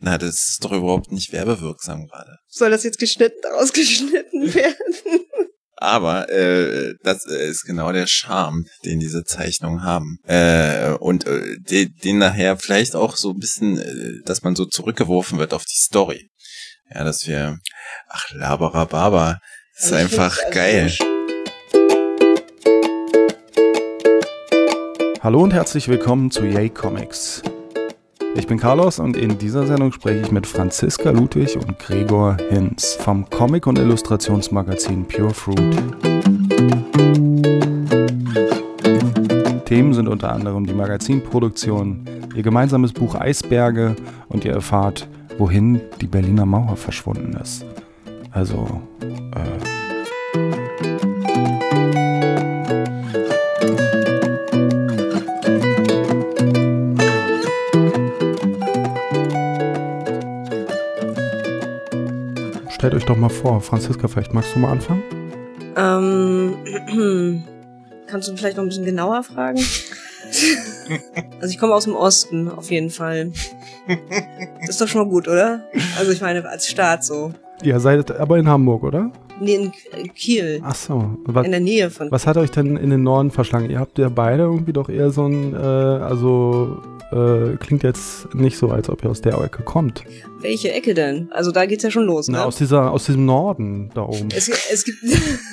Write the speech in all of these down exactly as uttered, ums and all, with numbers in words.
Na, das ist doch überhaupt nicht werbewirksam gerade. Soll das jetzt geschnitten, ausgeschnitten werden? Aber äh, das ist genau der Charme, den diese Zeichnungen haben. Äh, und äh, den, den nachher vielleicht auch so ein bisschen, äh, dass man so zurückgeworfen wird auf die Story. Ja, dass wir, ach, Labarababa, das ist einfach geil. Hallo und herzlich willkommen zu Yay Comics. Ich bin Carlos und in dieser Sendung spreche ich mit Franziska Ludwig und Gregor Hinz vom Comic- und Illustrationsmagazin Pure Fruit. Themen sind unter anderem die Magazinproduktion, ihr gemeinsames Buch Eisberge und ihr erfahrt, wohin die Berliner Mauer verschwunden ist. Also, äh... Stellt euch doch mal vor, Franziska, vielleicht magst du mal anfangen? Ähm, kannst du vielleicht noch ein bisschen genauer fragen? Also ich komme aus dem Osten, auf jeden Fall. Das ist doch schon mal gut, oder? Also ich meine, als Staat so. Ihr seid aber in Hamburg, oder? Nee, in Kiel. Ach so. Was, in der Nähe von Was hat euch denn in den Norden verschlagen? Ihr habt ja beide irgendwie doch eher so ein, äh, also, äh, klingt jetzt nicht so, als ob ihr aus der Ecke kommt. Welche Ecke denn? Also da geht's ja schon los, ne? Na, aus dieser, aus diesem Norden da oben. Es, es gibt...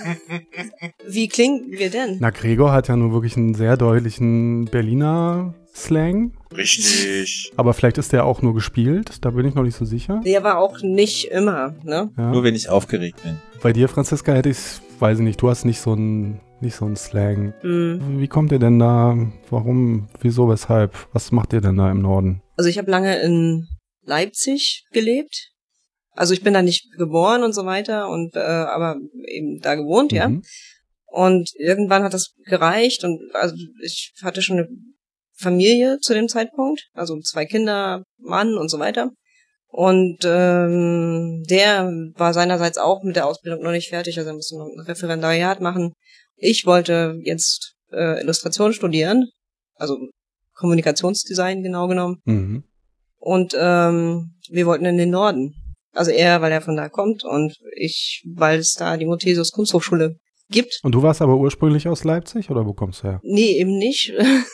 Wie klingen wir denn? Na, Gregor hat ja nur wirklich einen sehr deutlichen Berliner Slang. Richtig. Aber vielleicht ist der auch nur gespielt, da bin ich noch nicht so sicher. Der war auch nicht immer, ne? Ja. Nur wenn ich aufgeregt bin. Bei dir, Franziska, hätte ich, weiß ich nicht, du hast nicht so einen, nicht so einen Slang. Mhm. Wie kommt ihr denn da? Warum? Wieso? Weshalb? Was macht ihr denn da im Norden? Also ich habe lange in Leipzig gelebt. Also ich bin da nicht geboren und so weiter, und äh, aber eben da gewohnt, Mhm. ja. Und irgendwann hat das gereicht, und also ich hatte schon eine Familie zu dem Zeitpunkt, also zwei Kinder, Mann und so weiter. Und ähm, der war seinerseits auch mit der Ausbildung noch nicht fertig, also er musste noch ein Referendariat machen. Ich wollte jetzt äh, Illustration studieren, also Kommunikationsdesign genau genommen. Mhm. Und ähm, wir wollten in den Norden. Also er, weil er von da kommt, und ich, weil es da die Mothesius Kunsthochschule gibt. Und du warst aber ursprünglich aus Leipzig, oder wo kommst du her? Nee, eben nicht.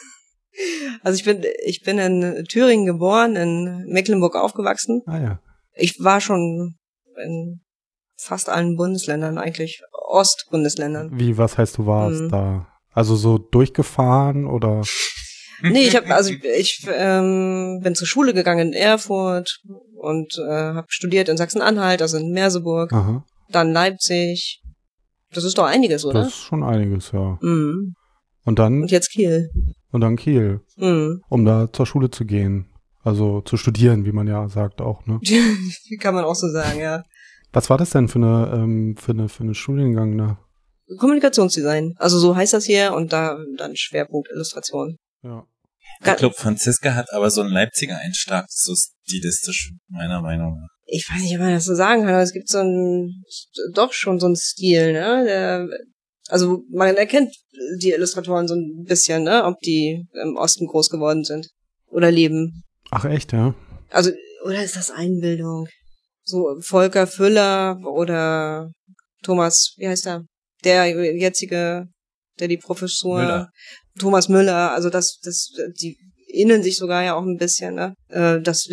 Also ich bin ich bin in Thüringen geboren, in Mecklenburg aufgewachsen. Ah ja. Ich war schon in fast allen Bundesländern, eigentlich Ostbundesländern. Wie, was heißt du warst Mhm. da? Also so durchgefahren oder? Nee, ich habe also ich ähm, bin zur Schule gegangen in Erfurt und äh, habe studiert in Sachsen-Anhalt, also in Merseburg, Aha. dann Leipzig. Das ist doch einiges, oder? Das ist schon einiges, ja. Mhm. Und dann, Und jetzt Kiel. und dann Kiel, Mhm. um da zur Schule zu gehen. Also zu studieren, wie man ja sagt auch, ne? Wie kann man auch so sagen, ja. Was war das denn für eine, ähm, für eine, für eine Studiengang da? Kommunikationsdesign. Also so heißt das hier, und da dann Schwerpunkt Illustration. Ja. Ich glaube, Franziska hat aber so einen Leipziger Einschlag, so stilistisch, meiner Meinung nach. Ich weiß nicht, ob man das so sagen kann, aber es gibt so ein, doch schon so einen Stil, ne, der, also man erkennt die Illustratoren so ein bisschen, ne, ob die im Osten groß geworden sind oder leben. Ach echt, ja? Also, oder ist das Einbildung? So Volker Füller oder Thomas, wie heißt er? Der jetzige, der die Professur, Müller. Thomas Müller, also das, das, die ähneln sich sogar ja auch ein bisschen, ne? Äh, Das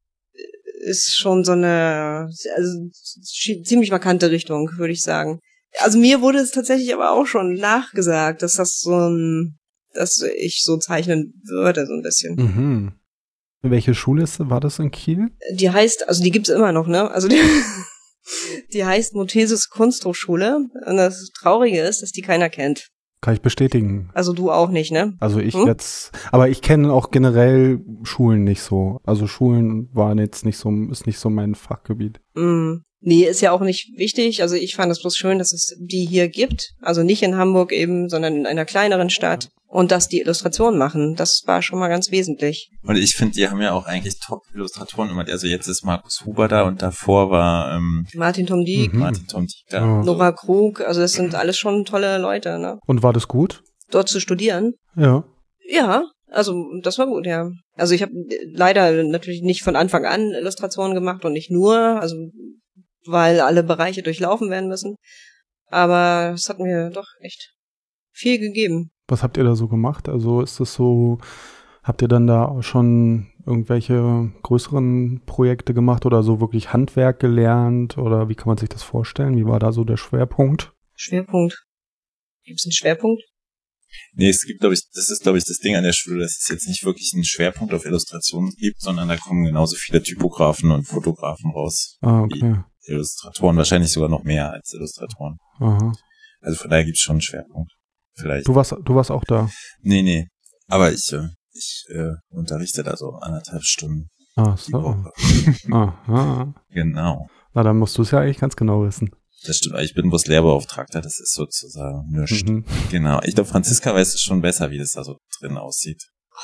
ist schon so eine, also ziemlich markante Richtung, würde ich sagen. Also mir wurde es tatsächlich aber auch schon nachgesagt, dass das so ein, dass ich so zeichnen würde, so ein bisschen. Mhm. Welche Schule ist, war das in Kiel? Die heißt, also die gibt's immer noch, ne? Also die, die heißt Mothesius Kunsthochschule, und das Traurige ist, dass die keiner kennt. Kann ich bestätigen. Also du auch nicht, ne? Also ich Hm? jetzt, aber ich kenne auch generell Schulen nicht so. Also Schulen waren jetzt nicht so, ist nicht so mein Fachgebiet. Mm. Nee, ist ja auch nicht wichtig. Also ich fand es bloß schön, dass es die hier gibt. Also nicht in Hamburg eben, sondern in einer kleineren Stadt. Und dass die Illustrationen machen. Das war schon mal ganz wesentlich. Und ich finde, die haben ja auch eigentlich Top-Illustratoren immer. Also jetzt ist Markus Huber da und davor war ähm, Martin Tom Dieck, Mhm. Martin Tom Dieck da. Ja. Nora Krug. Also das sind alles schon tolle Leute, ne? Und war das gut? Dort zu studieren. Ja. Ja, Also das war gut, ja. Also ich habe leider natürlich nicht von Anfang an Illustrationen gemacht und nicht nur, also weil alle Bereiche durchlaufen werden müssen. Aber es hat mir doch echt viel gegeben. Was habt ihr da so gemacht? Also ist das so, habt ihr dann da schon irgendwelche größeren Projekte gemacht oder so wirklich Handwerk gelernt? Oder wie kann man sich das vorstellen? Wie war da so der Schwerpunkt? Schwerpunkt? Gibt es einen Schwerpunkt? Nee, es gibt, glaube ich, das ist, glaube ich, das Ding an der Schule, dass es jetzt nicht wirklich einen Schwerpunkt auf Illustrationen gibt, sondern da kommen genauso viele Typografen und Fotografen raus. Ah, okay. Wie Illustratoren, wahrscheinlich sogar noch mehr als Illustratoren. Aha. Also von daher gibt es schon einen Schwerpunkt. Vielleicht. Du warst, du warst auch da? Nee, nee. Aber ich, äh, ich äh, unterrichte da so anderthalb Stunden. Ah, so. Aha. Genau. Na, dann musst du es ja eigentlich ganz genau wissen. Das stimmt, ich bin bloß Lehrbeauftragter, das ist sozusagen nichts. Mhm. Genau. Ich glaube, Franziska weiß es schon besser, wie das da so drin aussieht.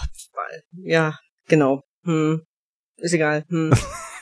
Ja, genau. Hm. Ist egal. Hm.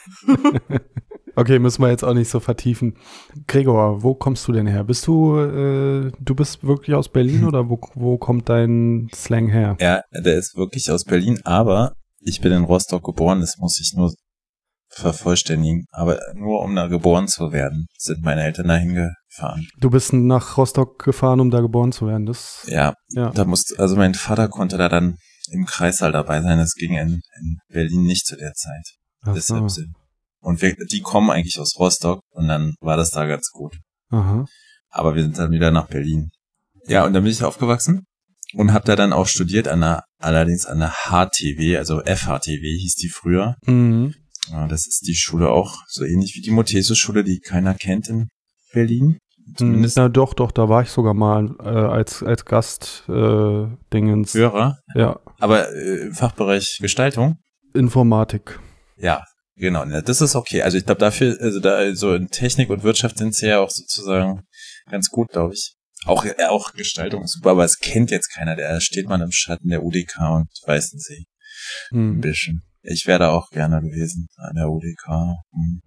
Okay, müssen wir jetzt auch nicht so vertiefen. Gregor, wo kommst du denn her? Bist du, äh, du bist wirklich aus Berlin oder wo, wo kommt dein Slang her? Ja, der ist wirklich aus Berlin, aber ich bin in Rostock geboren, das muss ich nur vervollständigen. Aber nur um da geboren zu werden, sind meine Eltern dahin gefahren. Du bist nach Rostock gefahren, um da geboren zu werden, das? Ja, ja. Da musste, also mein Vater konnte da dann im Kreissaal dabei sein, das ging in, in Berlin nicht zu der Zeit. Ach Deshalb so. sind. Und wir, die kommen eigentlich aus Rostock und dann war das da ganz gut. Aha. Aber wir sind dann wieder nach Berlin. Ja, und dann bin ich aufgewachsen und habe da dann auch studiert, an der, allerdings an der H T W, also F H T W hieß die früher. Mhm. Ja, das ist die Schule auch so ähnlich wie die Montessori-Schule, die keiner kennt in Berlin. Zumindest. Ja, doch, doch, da war ich sogar mal äh, als als Gast äh, Dingens. Hörer. Ja. Aber äh, im Fachbereich Gestaltung? Informatik. Ja, genau. Das ist okay. Also ich glaube dafür, also da so in Technik und Wirtschaft sind sie ja auch sozusagen ganz gut, glaube ich. Auch äh, auch Gestaltung ist super, aber es kennt jetzt keiner. Da steht man im Schatten der U D K und Weißensee. Hm. Ein bisschen. Ich wäre da auch gerne gewesen an der U D K. Hm.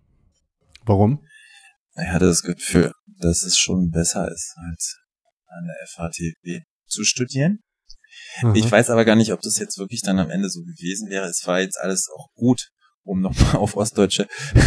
Warum? Ich hatte das Gefühl, dass es schon besser ist, als an der F H T W zu studieren. Aha. Ich weiß aber gar nicht, ob das jetzt wirklich dann am Ende so gewesen wäre. Es war jetzt alles auch gut, um nochmal auf ostdeutsche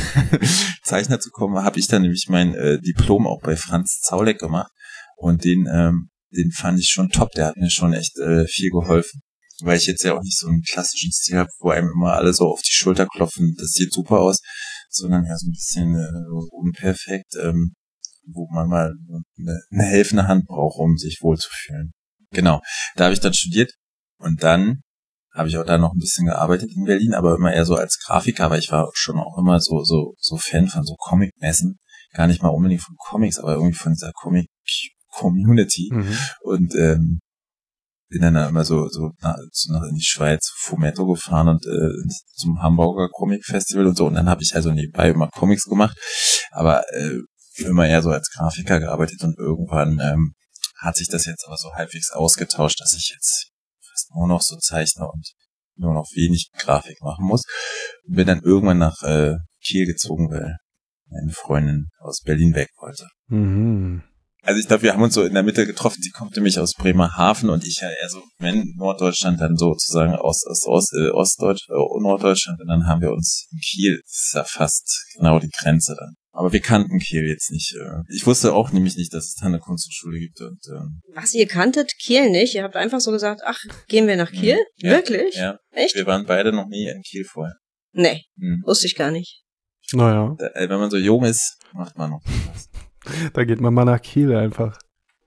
Zeichner zu kommen. Habe ich dann nämlich mein äh, Diplom auch bei Franz Zauleck gemacht und den, ähm, den fand ich schon top. Der hat mir schon echt äh, viel geholfen. Weil ich jetzt ja auch nicht so einen klassischen Stil habe, wo einem immer alle so auf die Schulter klopfen, das sieht super aus, sondern ja so ein bisschen äh, unperfekt, ähm, wo man mal eine, eine helfende Hand braucht, um sich wohlzufühlen. Genau, da habe ich dann studiert und dann habe ich auch da noch ein bisschen gearbeitet in Berlin, aber immer eher so als Grafiker, aber ich war schon auch immer so so so Fan von so Comic-Messen, gar nicht mal unbedingt von Comics, aber irgendwie von dieser Comic-Community Mhm. und ähm, bin dann da immer so so nach, so nach in die Schweiz, Fumetto gefahren und äh, zum Hamburger Comic Festival und so und dann habe ich also nebenbei immer Comics gemacht, aber äh, immer eher so als Grafiker gearbeitet und irgendwann ähm, hat sich das jetzt aber so halbwegs ausgetauscht, dass ich jetzt fast nur noch so zeichne und nur noch wenig Grafik machen muss. Und bin dann irgendwann nach äh, Kiel gezogen, weil meine Freundin aus Berlin weg wollte. Mhm. Also ich glaube, wir haben uns so in der Mitte getroffen. Sie kommt nämlich aus Bremerhaven und ich ja eher so, wenn Norddeutschland, dann sozusagen aus, aus, aus äh, Ostdeutsch, äh, Norddeutschland. Und dann haben wir uns in Kiel, das ist ja fast genau die Grenze dann. Aber wir kannten Kiel jetzt nicht. Äh. Ich wusste auch nämlich nicht, dass es da eine Kunsthochschule gibt. Und, ähm, Was, ihr kanntet Kiel nicht? Ihr habt einfach so gesagt, ach, gehen wir nach Kiel? Ja, Wirklich? Ja. Echt? Wir waren beide noch nie in Kiel vorher. Nee, Hm. wusste ich gar nicht. Naja, Da, äh, wenn man so jung ist, macht man noch was. da geht man mal nach Kiel einfach.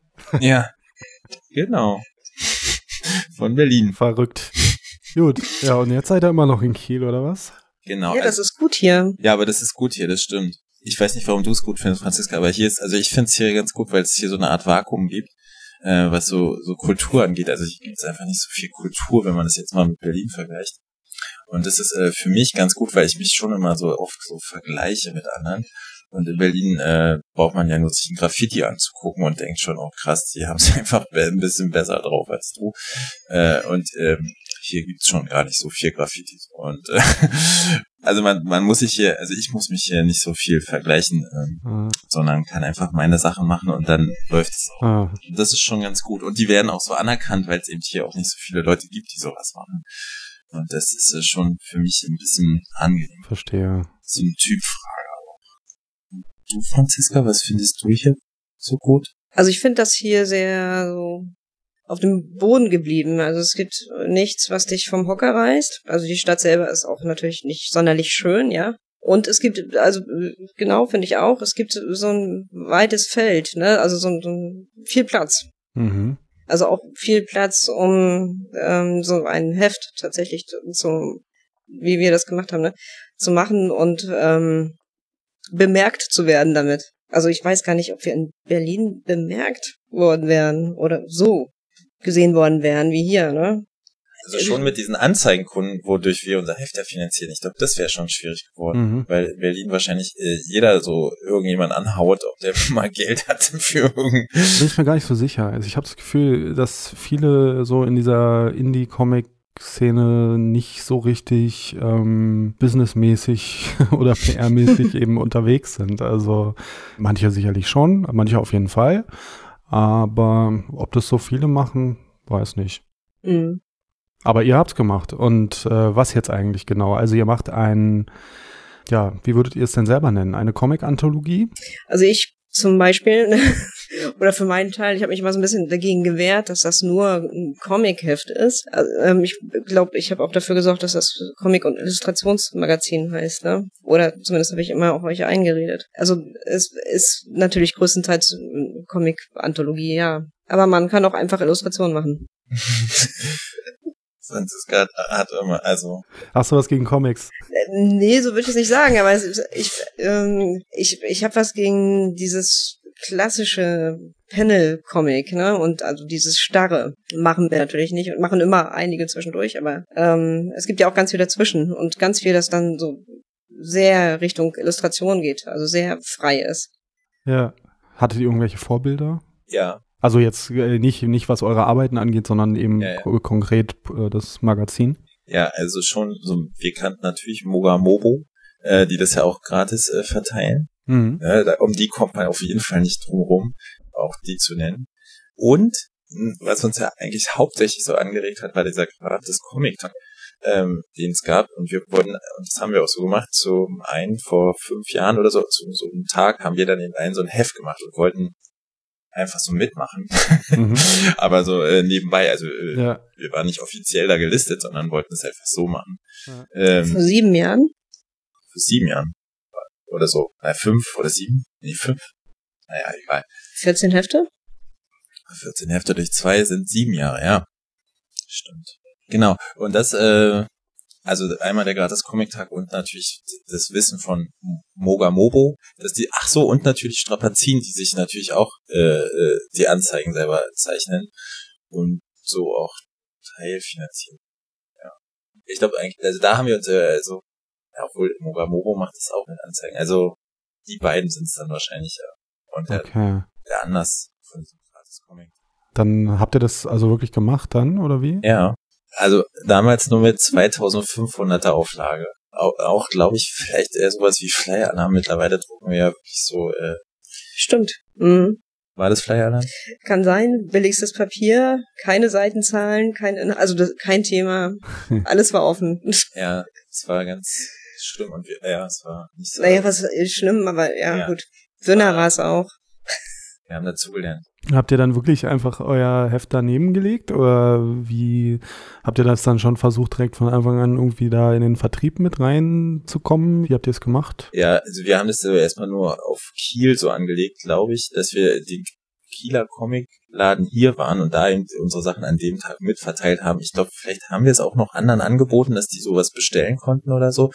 Ja, genau. Von Berlin. Verrückt. Gut. Ja, und jetzt seid ihr immer noch in Kiel, oder was? Genau. Ja, das ist gut hier. Ja, aber das ist gut hier, das stimmt. Ich weiß nicht, warum du es gut findest, Franziska, aber hier ist, also ich finde es hier ganz gut, weil es hier so eine Art Vakuum gibt, äh, was so so Kultur angeht. Also hier gibt es einfach nicht so viel Kultur, wenn man das jetzt mal mit Berlin vergleicht. Und das ist äh, für mich ganz gut, weil ich mich schon immer so oft so vergleiche mit anderen. Und in Berlin äh, braucht man ja nur sich ein Graffiti anzugucken und denkt schon, oh krass, die haben es einfach ein bisschen besser drauf als du. Äh, und ähm, hier gibt's schon gar nicht so viel Graffiti. Und äh, also man man muss sich hier, also ich muss mich hier nicht so viel vergleichen, ähm, ah. sondern kann einfach meine Sachen machen und dann läuft es auch. Ah. Das ist schon ganz gut. Und die werden auch so anerkannt, weil es eben hier auch nicht so viele Leute gibt, die sowas machen. Und das ist äh, schon für mich ein bisschen angenehm. Verstehe. So eine Typfrage auch. Und du, Franziska, was findest du hier so gut? Also ich finde das hier sehr so auf dem Boden geblieben. Also es gibt nichts, was dich vom Hocker reißt. Also die Stadt selber ist auch natürlich nicht sonderlich schön, ja. Und es gibt, also genau, finde ich auch, es gibt so ein weites Feld, ne, also so, so ein, viel Platz. Mhm. Also auch viel Platz, um ähm, so ein Heft tatsächlich zu, wie wir das gemacht haben, ne, zu machen und ähm, bemerkt zu werden damit. Also ich weiß gar nicht, ob wir in Berlin bemerkt worden wären oder so gesehen worden wären wie hier, ne? Also schon mit diesen Anzeigenkunden, wodurch wir unser Heft ja finanzieren. Ich glaube, das wäre schon schwierig geworden, mhm. weil in Berlin wahrscheinlich äh, jeder so irgendjemand anhaut, ob der mal Geld hat für irgendein... Bin ich mir gar nicht so sicher. Also ich habe das Gefühl, dass viele so in dieser Indie-Comic-Szene nicht so richtig ähm, businessmäßig oder P R-mäßig eben unterwegs sind. Also manche sicherlich schon, manche auf jeden Fall. Aber ob das so viele machen, weiß nicht. Mhm. Aber ihr habt's gemacht. Und äh, was jetzt eigentlich genau? Also ihr macht ein, ja, wie würdet ihr es denn selber nennen? Eine Comic-Anthologie? Also ich zum Beispiel, oder für meinen Teil, ich habe mich mal so ein bisschen dagegen gewehrt, dass das nur ein Comic-Heft ist. Also, ähm, ich glaube, ich habe auch dafür gesorgt, dass das Comic- und Illustrationsmagazin heißt, ne? Oder zumindest habe ich immer auf euch eingeredet. Also es ist natürlich größtenteils Comic-Anthologie, ja. Aber man kann auch einfach Illustrationen machen. Franziska hat immer, also... Hast du was gegen Comics? Äh, nee, so würde ich es nicht sagen, aber es, ich, ähm, ich, ich habe was gegen dieses klassische Panel-Comic, ne, und also dieses Starre machen wir natürlich nicht und machen immer einige zwischendurch, aber ähm, es gibt ja auch ganz viel dazwischen und ganz viel, das dann so sehr Richtung Illustration geht, also sehr frei ist. Ja. Hattet ihr irgendwelche Vorbilder? Ja. Also jetzt äh, nicht, nicht was eure Arbeiten angeht, sondern eben ja, ja. Ko- konkret äh, das Magazin? Ja, also schon, so, wir kannten natürlich Moga Mobo, äh, die das ja auch gratis äh, verteilen. Mhm. Ja, da, um die kommt man auf jeden Fall nicht drum rum, auch die zu nennen. Und, was uns ja eigentlich hauptsächlich so angeregt hat, war dieser gratis Comic-Tag, ähm, den es gab. Und wir wurden, und das haben wir auch so gemacht, zum einen vor fünf Jahren oder so, zu so einem Tag haben wir dann in einen so ein Heft gemacht und wollten einfach so mitmachen. Mhm. Aber so äh, nebenbei, also äh, ja. wir waren nicht offiziell da gelistet, sondern wollten es einfach so machen. Ja. Ähm, vor sieben Jahren? Vor sieben Jahren. Oder so. Naja, fünf oder sieben? Nee, fünf. Naja, egal. vierzehn Hefte? vierzehn Hefte durch zwei sind sieben Jahre, ja. Stimmt. Genau. Und das, äh, also einmal der gratis Comic-Tag und natürlich das Wissen von Moga Mobo, dass die, ach so, und natürlich Strapazin, die sich natürlich auch äh, die Anzeigen selber zeichnen und so auch teilfinanzieren. Ja. Ich glaube eigentlich, also da haben wir uns, äh, also, ja, obwohl Moga Mobo macht das auch mit Anzeigen. Also die beiden sind es dann wahrscheinlich, ja. Und der, okay. der Anlass von diesem gratis Comic. Dann habt ihr das also wirklich gemacht dann, oder wie? Ja. Also damals nur mit zweitausendfünfhunderter Auflage. Auch, auch glaube ich, vielleicht eher sowas wie Flyer-Alarm. Mittlerweile drucken wir ja wirklich so... Äh Stimmt. Mhm. War das Flyer-Alarm? Kann sein. Billigstes Papier, keine Seitenzahlen, kein, also das, kein Thema. Alles war offen. Ja, es war ganz schlimm. Und wir, ja, es war nicht so... Naja, was ist schlimm, aber ja, ja gut. Dünner war es auch. Wir haben dazugelernt. Habt ihr dann wirklich einfach euer Heft daneben gelegt oder wie habt ihr das dann schon versucht, direkt von Anfang an irgendwie da in den Vertrieb mit reinzukommen? Wie habt ihr es gemacht? Ja, also wir haben das so erstmal nur auf Kiel so angelegt, glaube ich, dass wir den Kieler Comicladen hier waren und da eben unsere Sachen an dem Tag mitverteilt haben. Ich glaube, vielleicht haben wir es auch noch anderen angeboten, dass die sowas bestellen konnten oder so.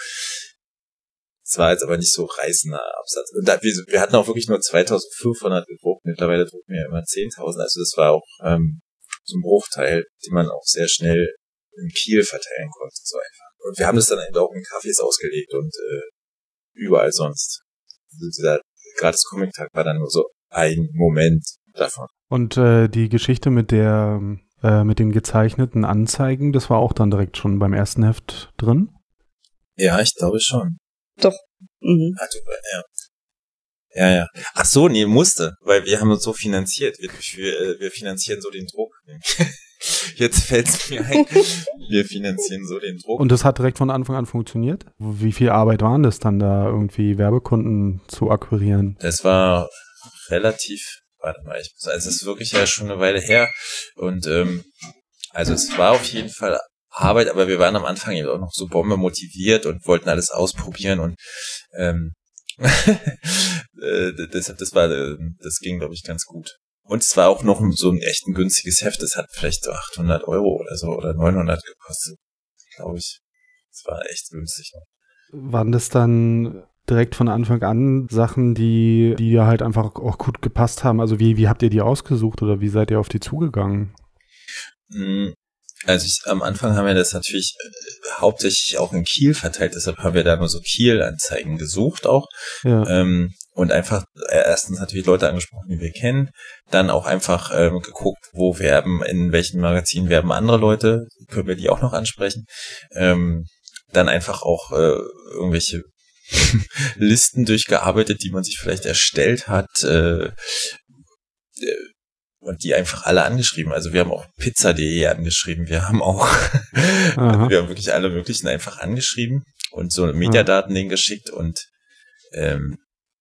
Es war jetzt aber nicht so reißender Absatz. Und da, wir, wir hatten auch wirklich nur zweitausendfünfhundert gedruckt. Mittlerweile drucken wir immer zehntausend. Also das war auch ähm, so ein Bruchteil, den man auch sehr schnell in Kiel verteilen konnte. So einfach. Und wir haben das dann eben auch in Cafés ausgelegt und äh, überall sonst. Also dieser gratis Comic-Tag war dann nur so ein Moment davon. Und äh, die Geschichte mit der äh, mit den gezeichneten Anzeigen, das war auch dann direkt schon beim ersten Heft drin? Ja, ich glaube schon. Doch. Mhm. Also, ja. Ja, ja. Ach so, nee, musste, weil wir haben uns so finanziert. Wir, wir, wir finanzieren so den Druck. Jetzt fällt's mir ein. Wir finanzieren so den Druck. Und das hat direkt von Anfang an funktioniert? Wie viel Arbeit waren das dann da, irgendwie Werbekunden zu akquirieren? Das war relativ, warte mal, ich muss, also es ist wirklich ja schon eine Weile her. Und ähm, also es war auf jeden Fall Arbeit, aber wir waren am Anfang eben auch noch so Bombe motiviert und wollten alles ausprobieren und ähm, das, das war, das ging, glaube ich, ganz gut. Und es war auch noch so ein echt ein günstiges Heft. Das hat vielleicht so achthundert Euro oder so oder neunhundert gekostet, glaube ich. Das war echt günstig noch. Waren das dann direkt von Anfang an Sachen, die, die ja halt einfach auch gut gepasst haben? Also wie, wie habt ihr die ausgesucht oder wie seid ihr auf die zugegangen? Also ich, am Anfang haben wir das natürlich äh, hauptsächlich auch in Kiel verteilt, deshalb haben wir da nur so Kiel-Anzeigen gesucht auch. Ja. Ähm, und einfach äh, erstens natürlich Leute angesprochen, die wir kennen, dann auch einfach ähm, geguckt, wo werben, in welchen Magazinen werben andere Leute, können wir die auch noch ansprechen. Ähm, dann einfach auch äh, irgendwelche Listen durchgearbeitet, die man sich vielleicht erstellt hat, äh, äh, und die einfach alle angeschrieben. Also wir haben auch pizza punkt de angeschrieben. Wir haben auch, also wir haben wirklich alle möglichen einfach angeschrieben und so Mediadaten denen geschickt und ähm,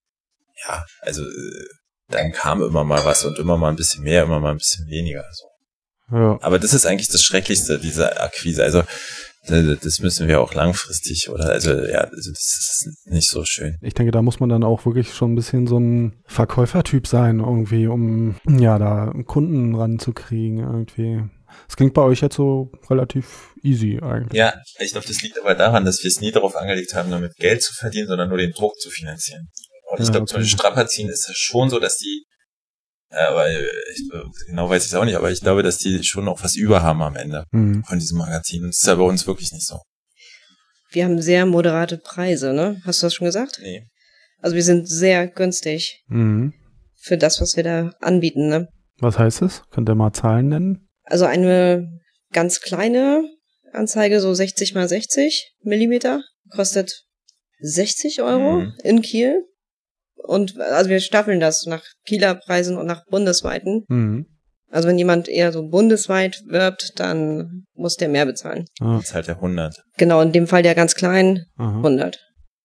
ja, also äh, dann kam immer mal was und immer mal ein bisschen mehr, immer mal ein bisschen weniger. So. Ja. Aber das ist eigentlich das Schrecklichste, diese Akquise. Also das müssen wir auch langfristig oder also ja, also das ist nicht so schön. Ich denke, da muss man dann auch wirklich schon ein bisschen so ein Verkäufertyp sein irgendwie, um ja da Kunden ranzukriegen irgendwie. Das klingt bei euch jetzt so relativ easy eigentlich. Ja, ich glaube, das liegt aber daran, dass wir es nie darauf angelegt haben, damit Geld zu verdienen, sondern nur den Druck zu finanzieren. Und ich ja, glaube, okay. Zum Beispiel Strapazin ist es schon so, dass die Ja, aber ich, genau weiß ich es auch nicht, aber ich glaube, dass die schon noch was über haben am Ende mhm. von diesem Magazin. Und das ist ja bei uns wirklich nicht so. Wir haben sehr moderate Preise, ne? Hast du das schon gesagt? Nee. Also wir sind sehr günstig mhm. für das, was wir da anbieten, ne? Was heißt das? Könnt ihr mal Zahlen nennen? Also eine ganz kleine Anzeige, so sechzig mal sechzig Millimeter, kostet sechzig Euro mhm. in Kiel. Und also wir staffeln das nach Kieler Preisen und nach bundesweiten. Mhm. Also wenn jemand eher so bundesweit wirbt, dann muss der mehr bezahlen. Ah. Jetzt halt der hundert. Genau, in dem Fall der ganz klein, Aha. hundert.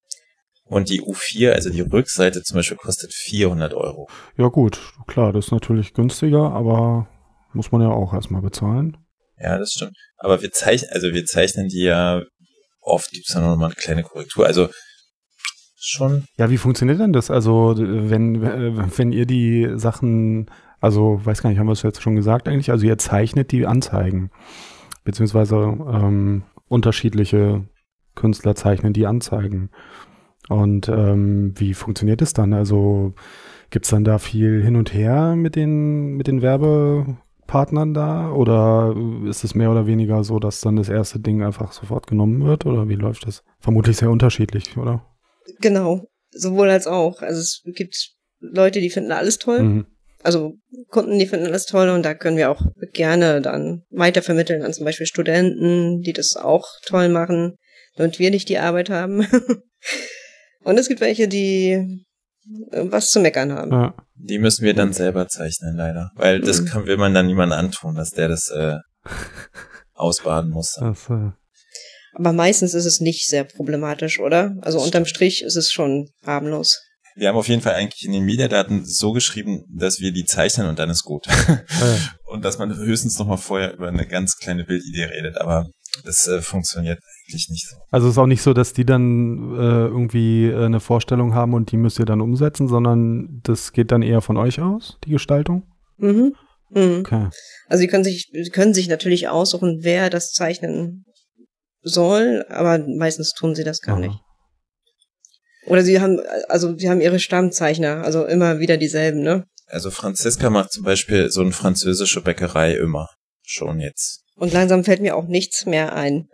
Und die U vier, also die Rückseite zum Beispiel, kostet vierhundert Euro. Ja gut, klar, das ist natürlich günstiger, aber muss man ja auch erstmal bezahlen. Ja, das stimmt. Aber wir zeichnen, also wir zeichnen die ja, oft gibt's da noch mal eine kleine Korrektur. Also schon. Ja, wie funktioniert denn das? Also, wenn, wenn ihr die Sachen, also, weiß gar nicht, haben wir es jetzt schon gesagt eigentlich? Also, ihr zeichnet die Anzeigen, beziehungsweise ähm, unterschiedliche Künstler zeichnen die Anzeigen. Und ähm, wie funktioniert es dann? Also, gibt's dann da viel hin und her mit den, mit den Werbepartnern da? Oder ist es mehr oder weniger so, dass dann das erste Ding einfach sofort genommen wird? Oder wie läuft das? Vermutlich sehr unterschiedlich, oder? Genau, sowohl als auch. Also es gibt Leute, die finden alles toll. Mhm. Also Kunden, die finden alles toll und da können wir auch gerne dann weitervermitteln an zum Beispiel Studenten, die das auch toll machen, damit wir nicht die Arbeit haben. Und es gibt welche, die was zu meckern haben. Ja. Die müssen wir dann selber zeichnen, leider. Weil das kann, will man dann niemandem antun, dass der das äh, ausbaden muss. Das, äh Aber meistens ist es nicht sehr problematisch, oder? Also unterm Strich ist es schon harmlos. Wir haben auf jeden Fall eigentlich in den Mediadaten so geschrieben, dass wir die zeichnen und dann ist gut. Ja. Und dass man höchstens noch mal vorher über eine ganz kleine Bildidee redet, aber das äh, funktioniert eigentlich nicht so. Also es ist auch nicht so, dass die dann äh, irgendwie äh, eine Vorstellung haben und die müsst ihr dann umsetzen, sondern das geht dann eher von euch aus, die Gestaltung? Mhm. mhm. Okay. Also die können sich, die können sich natürlich aussuchen, wer das zeichnen soll, aber meistens tun sie das gar Aha. nicht. Oder sie haben, also sie haben ihre Stammzeichner, also immer wieder dieselben, ne? Also Franziska macht zum Beispiel so eine französische Bäckerei immer. Schon jetzt. Und langsam fällt mir auch nichts mehr ein.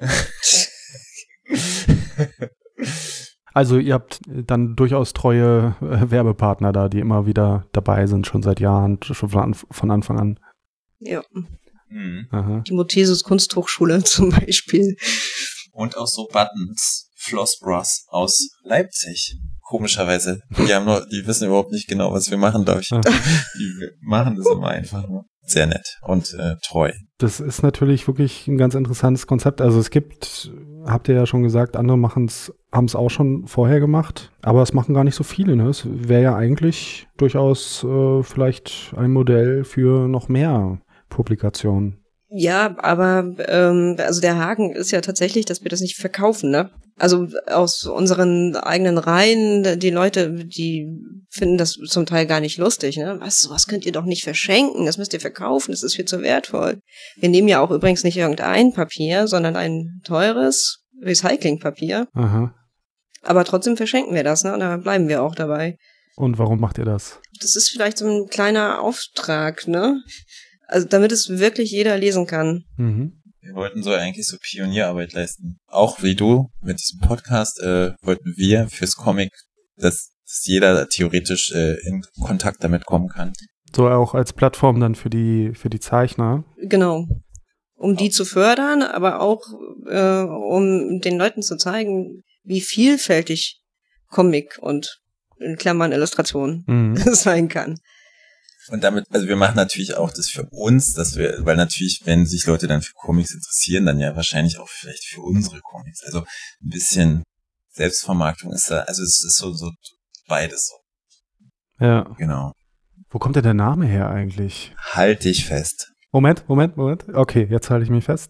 Also ihr habt dann durchaus treue äh, Werbepartner da, die immer wieder dabei sind, schon seit Jahren, schon von, von Anfang an. Ja. Mhm. Aha. Die Mothesis Kunsthochschule zum Beispiel. Und auch so Buttons, Floss Bros aus Leipzig. Komischerweise. Die haben noch, die wissen überhaupt nicht genau, was wir machen, glaube ich. Ja. Die machen das immer einfach nur. Sehr nett und äh, treu. Das ist natürlich wirklich ein ganz interessantes Konzept. Also es gibt, habt ihr ja schon gesagt, andere machen's, haben es auch schon vorher gemacht, aber es machen gar nicht so viele. Ne? Es wäre ja eigentlich durchaus äh, vielleicht ein Modell für noch mehr Publikationen. Ja, aber ähm, also der Haken ist ja tatsächlich, dass wir das nicht verkaufen, ne? Also aus unseren eigenen Reihen, die Leute, die finden das zum Teil gar nicht lustig, ne? Was, sowas könnt ihr doch nicht verschenken, das müsst ihr verkaufen, das ist viel zu wertvoll. Wir nehmen ja auch übrigens nicht irgendein Papier, sondern ein teures Recyclingpapier. Aha. Aber trotzdem verschenken wir das, ne? Und da bleiben wir auch dabei. Und warum macht ihr das? Das ist vielleicht so ein kleiner Auftrag, ne? Also damit es wirklich jeder lesen kann. Mhm. Wir wollten so eigentlich so Pionierarbeit leisten. Auch wie du mit diesem Podcast äh, wollten wir fürs Comic, dass, dass jeder theoretisch äh, in Kontakt damit kommen kann. So auch als Plattform dann für die für die Zeichner. Genau. Um die zu fördern, aber auch äh, um den Leuten zu zeigen, wie vielfältig Comic und in Klammern Illustration Mhm. sein kann. Und damit, also wir machen natürlich auch das für uns, dass wir, weil natürlich, wenn sich Leute dann für Comics interessieren, dann ja wahrscheinlich auch vielleicht für unsere Comics. Also ein bisschen Selbstvermarktung ist da, also es ist so, so beides so. Ja. Genau. Wo kommt denn der Name her eigentlich? Halt dich fest. Moment, Moment, Moment. Okay, jetzt halte ich mich fest.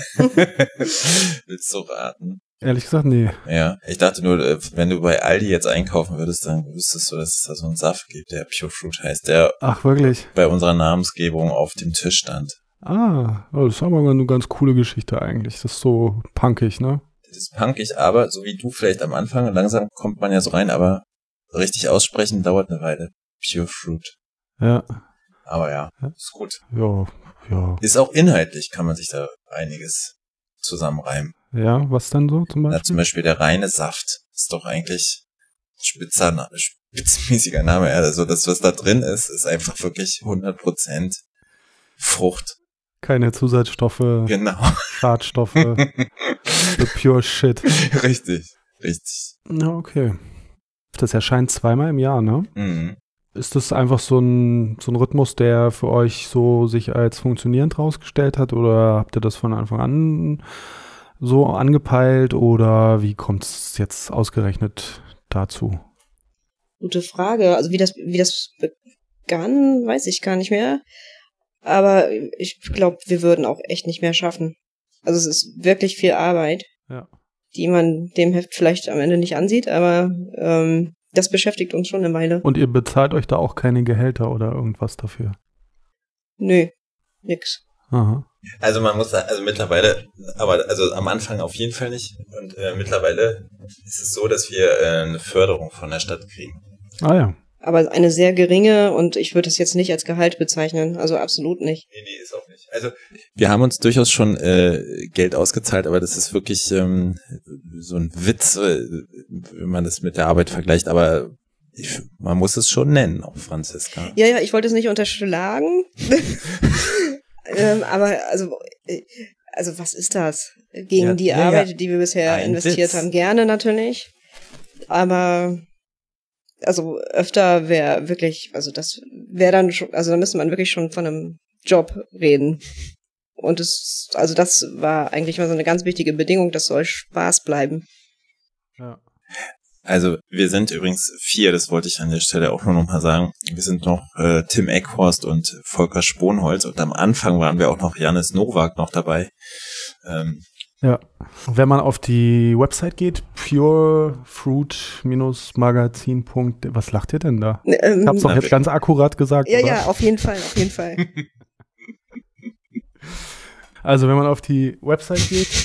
Willst du raten? Ehrlich gesagt, nee. Ja, ich dachte nur, wenn du bei Aldi jetzt einkaufen würdest, dann wüsstest du, dass es da so einen Saft gibt, der Pure Fruit heißt, der Ach, wirklich? bei unserer Namensgebung auf dem Tisch stand. Ah, oh, das ist aber eine ganz coole Geschichte eigentlich. Das ist so punkig, ne? Das ist punkig, aber so wie du vielleicht am Anfang, langsam kommt man ja so rein, aber richtig aussprechen dauert eine Weile. Pure Fruit. Ja. Aber ja, ist gut. Ja, ja. Ist auch inhaltlich, kann man sich da einiges zusammenreimen. Ja, was denn so zum Beispiel? Na, zum Beispiel der reine Saft ist doch eigentlich spitzer, Na- spitzmäßiger Name. Also das, was da drin ist, ist einfach wirklich hundert Prozent Frucht. Keine Zusatzstoffe, Genau. Schadstoffe, the pure shit. Richtig, richtig. Ja, okay. Das erscheint zweimal im Jahr, ne? Mhm. Ist das einfach so ein, so ein Rhythmus, der für euch so sich als funktionierend rausgestellt hat, oder habt ihr das von Anfang an so angepeilt, oder wie kommt es jetzt ausgerechnet dazu? Gute Frage. Also wie das, wie das begann, weiß ich gar nicht mehr. Aber ich glaube, wir würden auch echt nicht mehr schaffen. Also es ist wirklich viel Arbeit, Ja. die man dem Heft vielleicht am Ende nicht ansieht, aber ähm, das beschäftigt uns schon eine Weile. Und ihr bezahlt euch da auch keine Gehälter oder irgendwas dafür? Nö, nix. Aha. Also man muss, sagen, also mittlerweile, aber also am Anfang auf jeden Fall nicht. Und äh, mittlerweile ist es so, dass wir äh, eine Förderung von der Stadt kriegen. Ah ja. Aber eine sehr geringe, und ich würde das jetzt nicht als Gehalt bezeichnen, also absolut nicht. Nee, nee, ist auch nicht. Also wir haben uns durchaus schon äh, Geld ausgezahlt, aber das ist wirklich ähm, so ein Witz, äh, wenn man das mit der Arbeit vergleicht. Aber ich, man muss es schon nennen, auch Franziska. Ja, ja, ich wollte es nicht unterschlagen. ähm, aber also, äh, also was ist das? Gegen Ja, die ja, Arbeit, ja. die wir bisher Ein investiert Witz. haben, gerne natürlich. Aber also öfter wäre wirklich, also das wäre dann schon, also da müsste man wirklich schon von einem Job reden. Und es, also das war eigentlich mal so eine ganz wichtige Bedingung, das soll Spaß bleiben. Ja. Also wir sind übrigens vier, das wollte ich an der Stelle auch nur noch mal sagen. Wir sind noch äh, Tim Eckhorst und Volker Sponholz, und am Anfang waren wir auch noch Janis Nowak noch dabei. Ähm, Ja. Wenn man auf die Website geht, purefruit-magazin. Was lacht ihr denn da? Ähm, Ich hab's doch jetzt ganz akkurat gesagt, ja, oder? ja, auf jeden Fall, auf jeden Fall. Also wenn man auf die Website geht,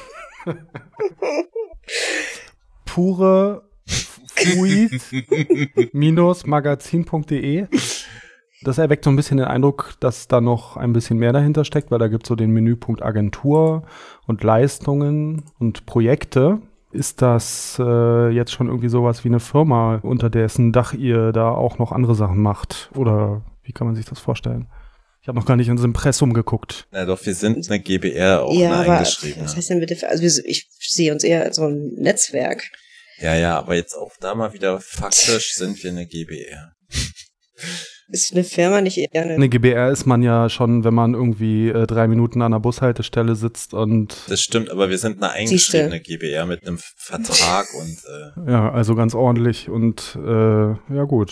purefruit-magazin punkt de. Das erweckt so ein bisschen den Eindruck, dass da noch ein bisschen mehr dahinter steckt, weil da gibt es so den Menüpunkt Agentur und Leistungen und Projekte. Ist das äh, jetzt schon irgendwie sowas wie eine Firma, unter dessen Dach ihr da auch noch andere Sachen macht? Oder wie kann man sich das vorstellen? Ich habe noch gar nicht ins Impressum geguckt. Na doch, wir sind eine G B R auch ja, eine aber eingeschrieben. was heißt denn bitte, also wir, ich sehe uns eher als so ein Netzwerk. Ja, ja, aber jetzt auch da mal wieder faktisch sind wir eine G B R. Ist eine Firma nicht eher eine... Eine G B R ist man ja schon, wenn man irgendwie äh, drei Minuten an der Bushaltestelle sitzt und... Das stimmt, aber wir sind eine eingeschriebene G B R mit einem Vertrag und... Äh ja, also ganz ordentlich und äh, ja gut.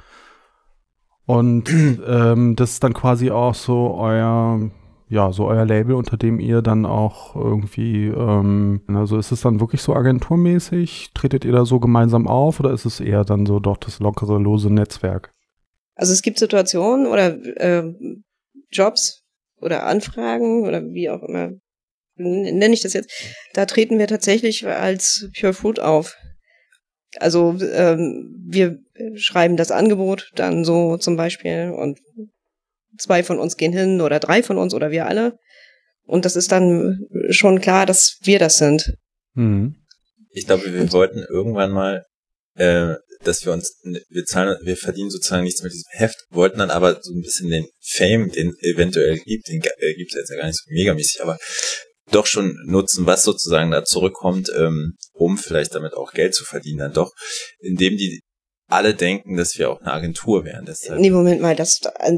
Und ähm, das ist dann quasi auch so euer, ja, so euer Label, unter dem ihr dann auch irgendwie, ähm, also ist es dann wirklich so agenturmäßig? Tretet ihr da so gemeinsam auf oder ist es eher dann so doch das lockere, lose Netzwerk? Also es gibt Situationen oder äh, Jobs oder Anfragen oder wie auch immer nenne ich das jetzt, da treten wir tatsächlich als Pure Fruit auf. Also ähm, wir schreiben das Angebot dann so zum Beispiel und zwei von uns gehen hin oder drei von uns oder wir alle. Und das ist dann schon klar, dass wir das sind. Mhm. Ich glaube, wir wollten irgendwann mal, äh, dass wir uns, wir zahlen, wir verdienen sozusagen nichts mit diesem Heft, wollten dann aber so ein bisschen den Fame, den eventuell gibt, den äh, gibt es jetzt ja gar nicht so megamäßig, aber doch schon nutzen, was sozusagen da zurückkommt, ähm, um vielleicht damit auch Geld zu verdienen, dann doch, indem die alle denken, dass wir auch eine Agentur wären. Deshalb. Nee, Moment mal, das, äh,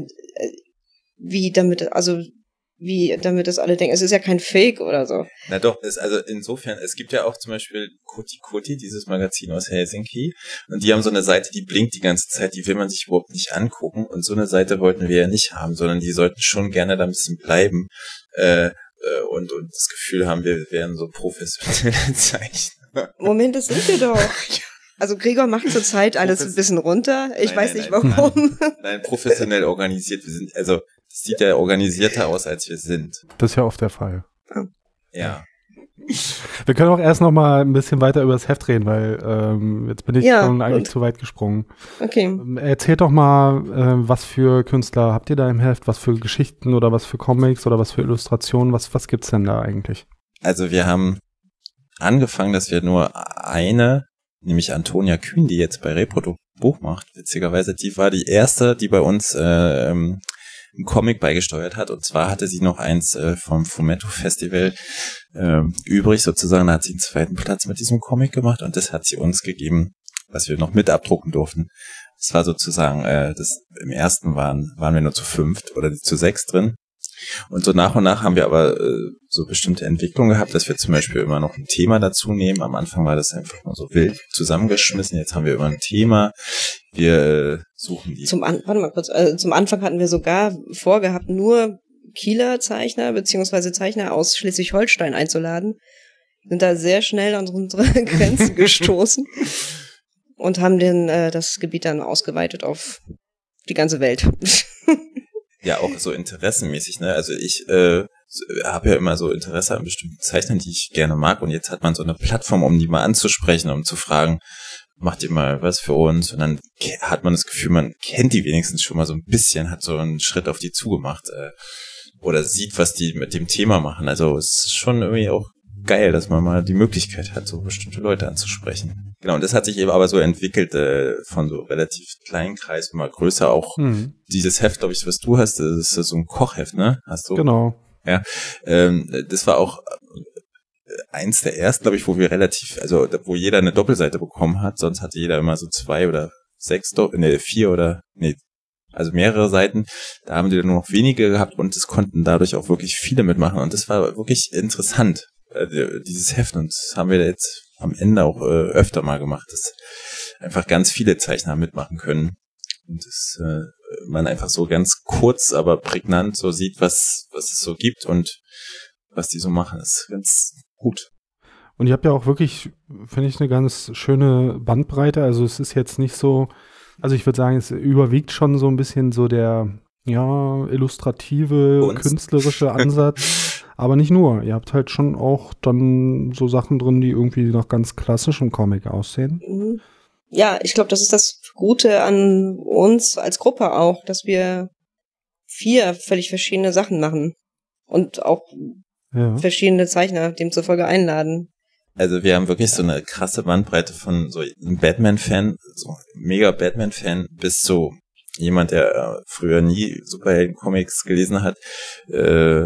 wie damit, also, wie damit das alle denken, es ist ja kein Fake oder so. Na doch, ist also insofern, es gibt ja auch zum Beispiel Kuti Kuti, dieses Magazin aus Helsinki, und die haben so eine Seite, die blinkt die ganze Zeit, die will man sich überhaupt nicht angucken, und so eine Seite wollten wir ja nicht haben, sondern die sollten schon gerne da ein bisschen bleiben, äh, Und, und das Gefühl haben, wir wären so professionelle Zeichner. Moment, das sind wir doch. Also Gregor macht zurzeit alles ein bisschen runter. Ich nein, weiß nein, nicht nein, warum. Nein, nein, professionell organisiert. Wir sind, also es sieht ja organisierter aus, als wir sind. Das ist ja oft der Fall. Ja. Wir können auch erst noch mal ein bisschen weiter über das Heft reden, weil ähm, jetzt bin ich ja, schon eigentlich und? zu weit gesprungen. Okay. Ähm, erzählt doch mal, äh, was für Künstler habt ihr da im Heft, was für Geschichten oder was für Comics oder was für Illustrationen, was, was gibt's denn da eigentlich? Also wir haben angefangen, dass wir nur eine, nämlich Antonia Kühn, die jetzt bei Reprodukt Buch macht, witzigerweise, die war die erste, die bei uns äh, ähm, ein Comic beigesteuert hat, und zwar hatte sie noch eins äh, vom Fumetto Festival äh, übrig, sozusagen, da hat sie den zweiten Platz mit diesem Comic gemacht, und das hat sie uns gegeben, was wir noch mit abdrucken durften. Das war sozusagen, äh, das im ersten waren waren wir nur zu fünft oder zu sechs drin, und so nach und nach haben wir aber äh, so bestimmte Entwicklungen gehabt, dass wir zum Beispiel immer noch ein Thema dazu nehmen. Am Anfang war das einfach nur so wild zusammengeschmissen, jetzt haben wir immer ein Thema. Wir äh, suchen die. Zum An- warte mal kurz, also zum Anfang hatten wir sogar vorgehabt, nur Kieler Zeichner beziehungsweise Zeichner aus Schleswig-Holstein einzuladen. Sind da sehr schnell an unsere Grenzen gestoßen und haben den, äh, das Gebiet dann ausgeweitet auf die ganze Welt. Ja, auch so interessenmäßig, ne? Also ich äh, habe ja immer so Interesse an bestimmten Zeichnern, die ich gerne mag, und jetzt hat man so eine Plattform, um die mal anzusprechen, um zu fragen, macht ihr mal was für uns? Und dann hat man das Gefühl, man kennt die wenigstens schon mal so ein bisschen, hat so einen Schritt auf die zugemacht äh, oder sieht, was die mit dem Thema machen. Also es ist schon irgendwie auch geil, dass man mal die Möglichkeit hat, so bestimmte Leute anzusprechen. Genau, und das hat sich eben aber so entwickelt, äh, von so relativ kleinen Kreis immer größer. Auch mhm. dieses Heft, glaube ich, was du hast, das ist so ein Kochheft, ne? Hast du? Genau. Ja, ähm, das war auch eins der ersten, glaube ich, wo wir relativ, also wo jeder eine Doppelseite bekommen hat. Sonst hatte jeder immer so zwei oder sechs, ne, vier oder, nee, also mehrere Seiten. Da haben die dann nur noch wenige gehabt, und es konnten dadurch auch wirklich viele mitmachen. Und das war wirklich interessant, dieses Heft, und das haben wir jetzt am Ende auch äh, öfter mal gemacht, dass einfach ganz viele Zeichner mitmachen können, und dass äh, man einfach so ganz kurz, aber prägnant so sieht, was was es so gibt und was die so machen. Das ist ganz gut. Und ihr habt ja auch wirklich, finde ich, eine ganz schöne Bandbreite. Also es ist jetzt nicht so, also ich würde sagen, es überwiegt schon so ein bisschen so der, ja, illustrative, Kunst. Künstlerische Ansatz. Aber nicht nur. Ihr habt halt schon auch dann so Sachen drin, die irgendwie nach ganz klassischem Comic aussehen. Ja, ich glaube, das ist das Gute an uns als Gruppe auch, dass wir vier völlig verschiedene Sachen machen und auch ja. verschiedene Zeichner demzufolge einladen. Also wir haben wirklich so eine krasse Bandbreite von so einem Batman-Fan, so mega Batman-Fan, bis so jemand, der äh, früher nie Superhelden-Comics gelesen hat, äh,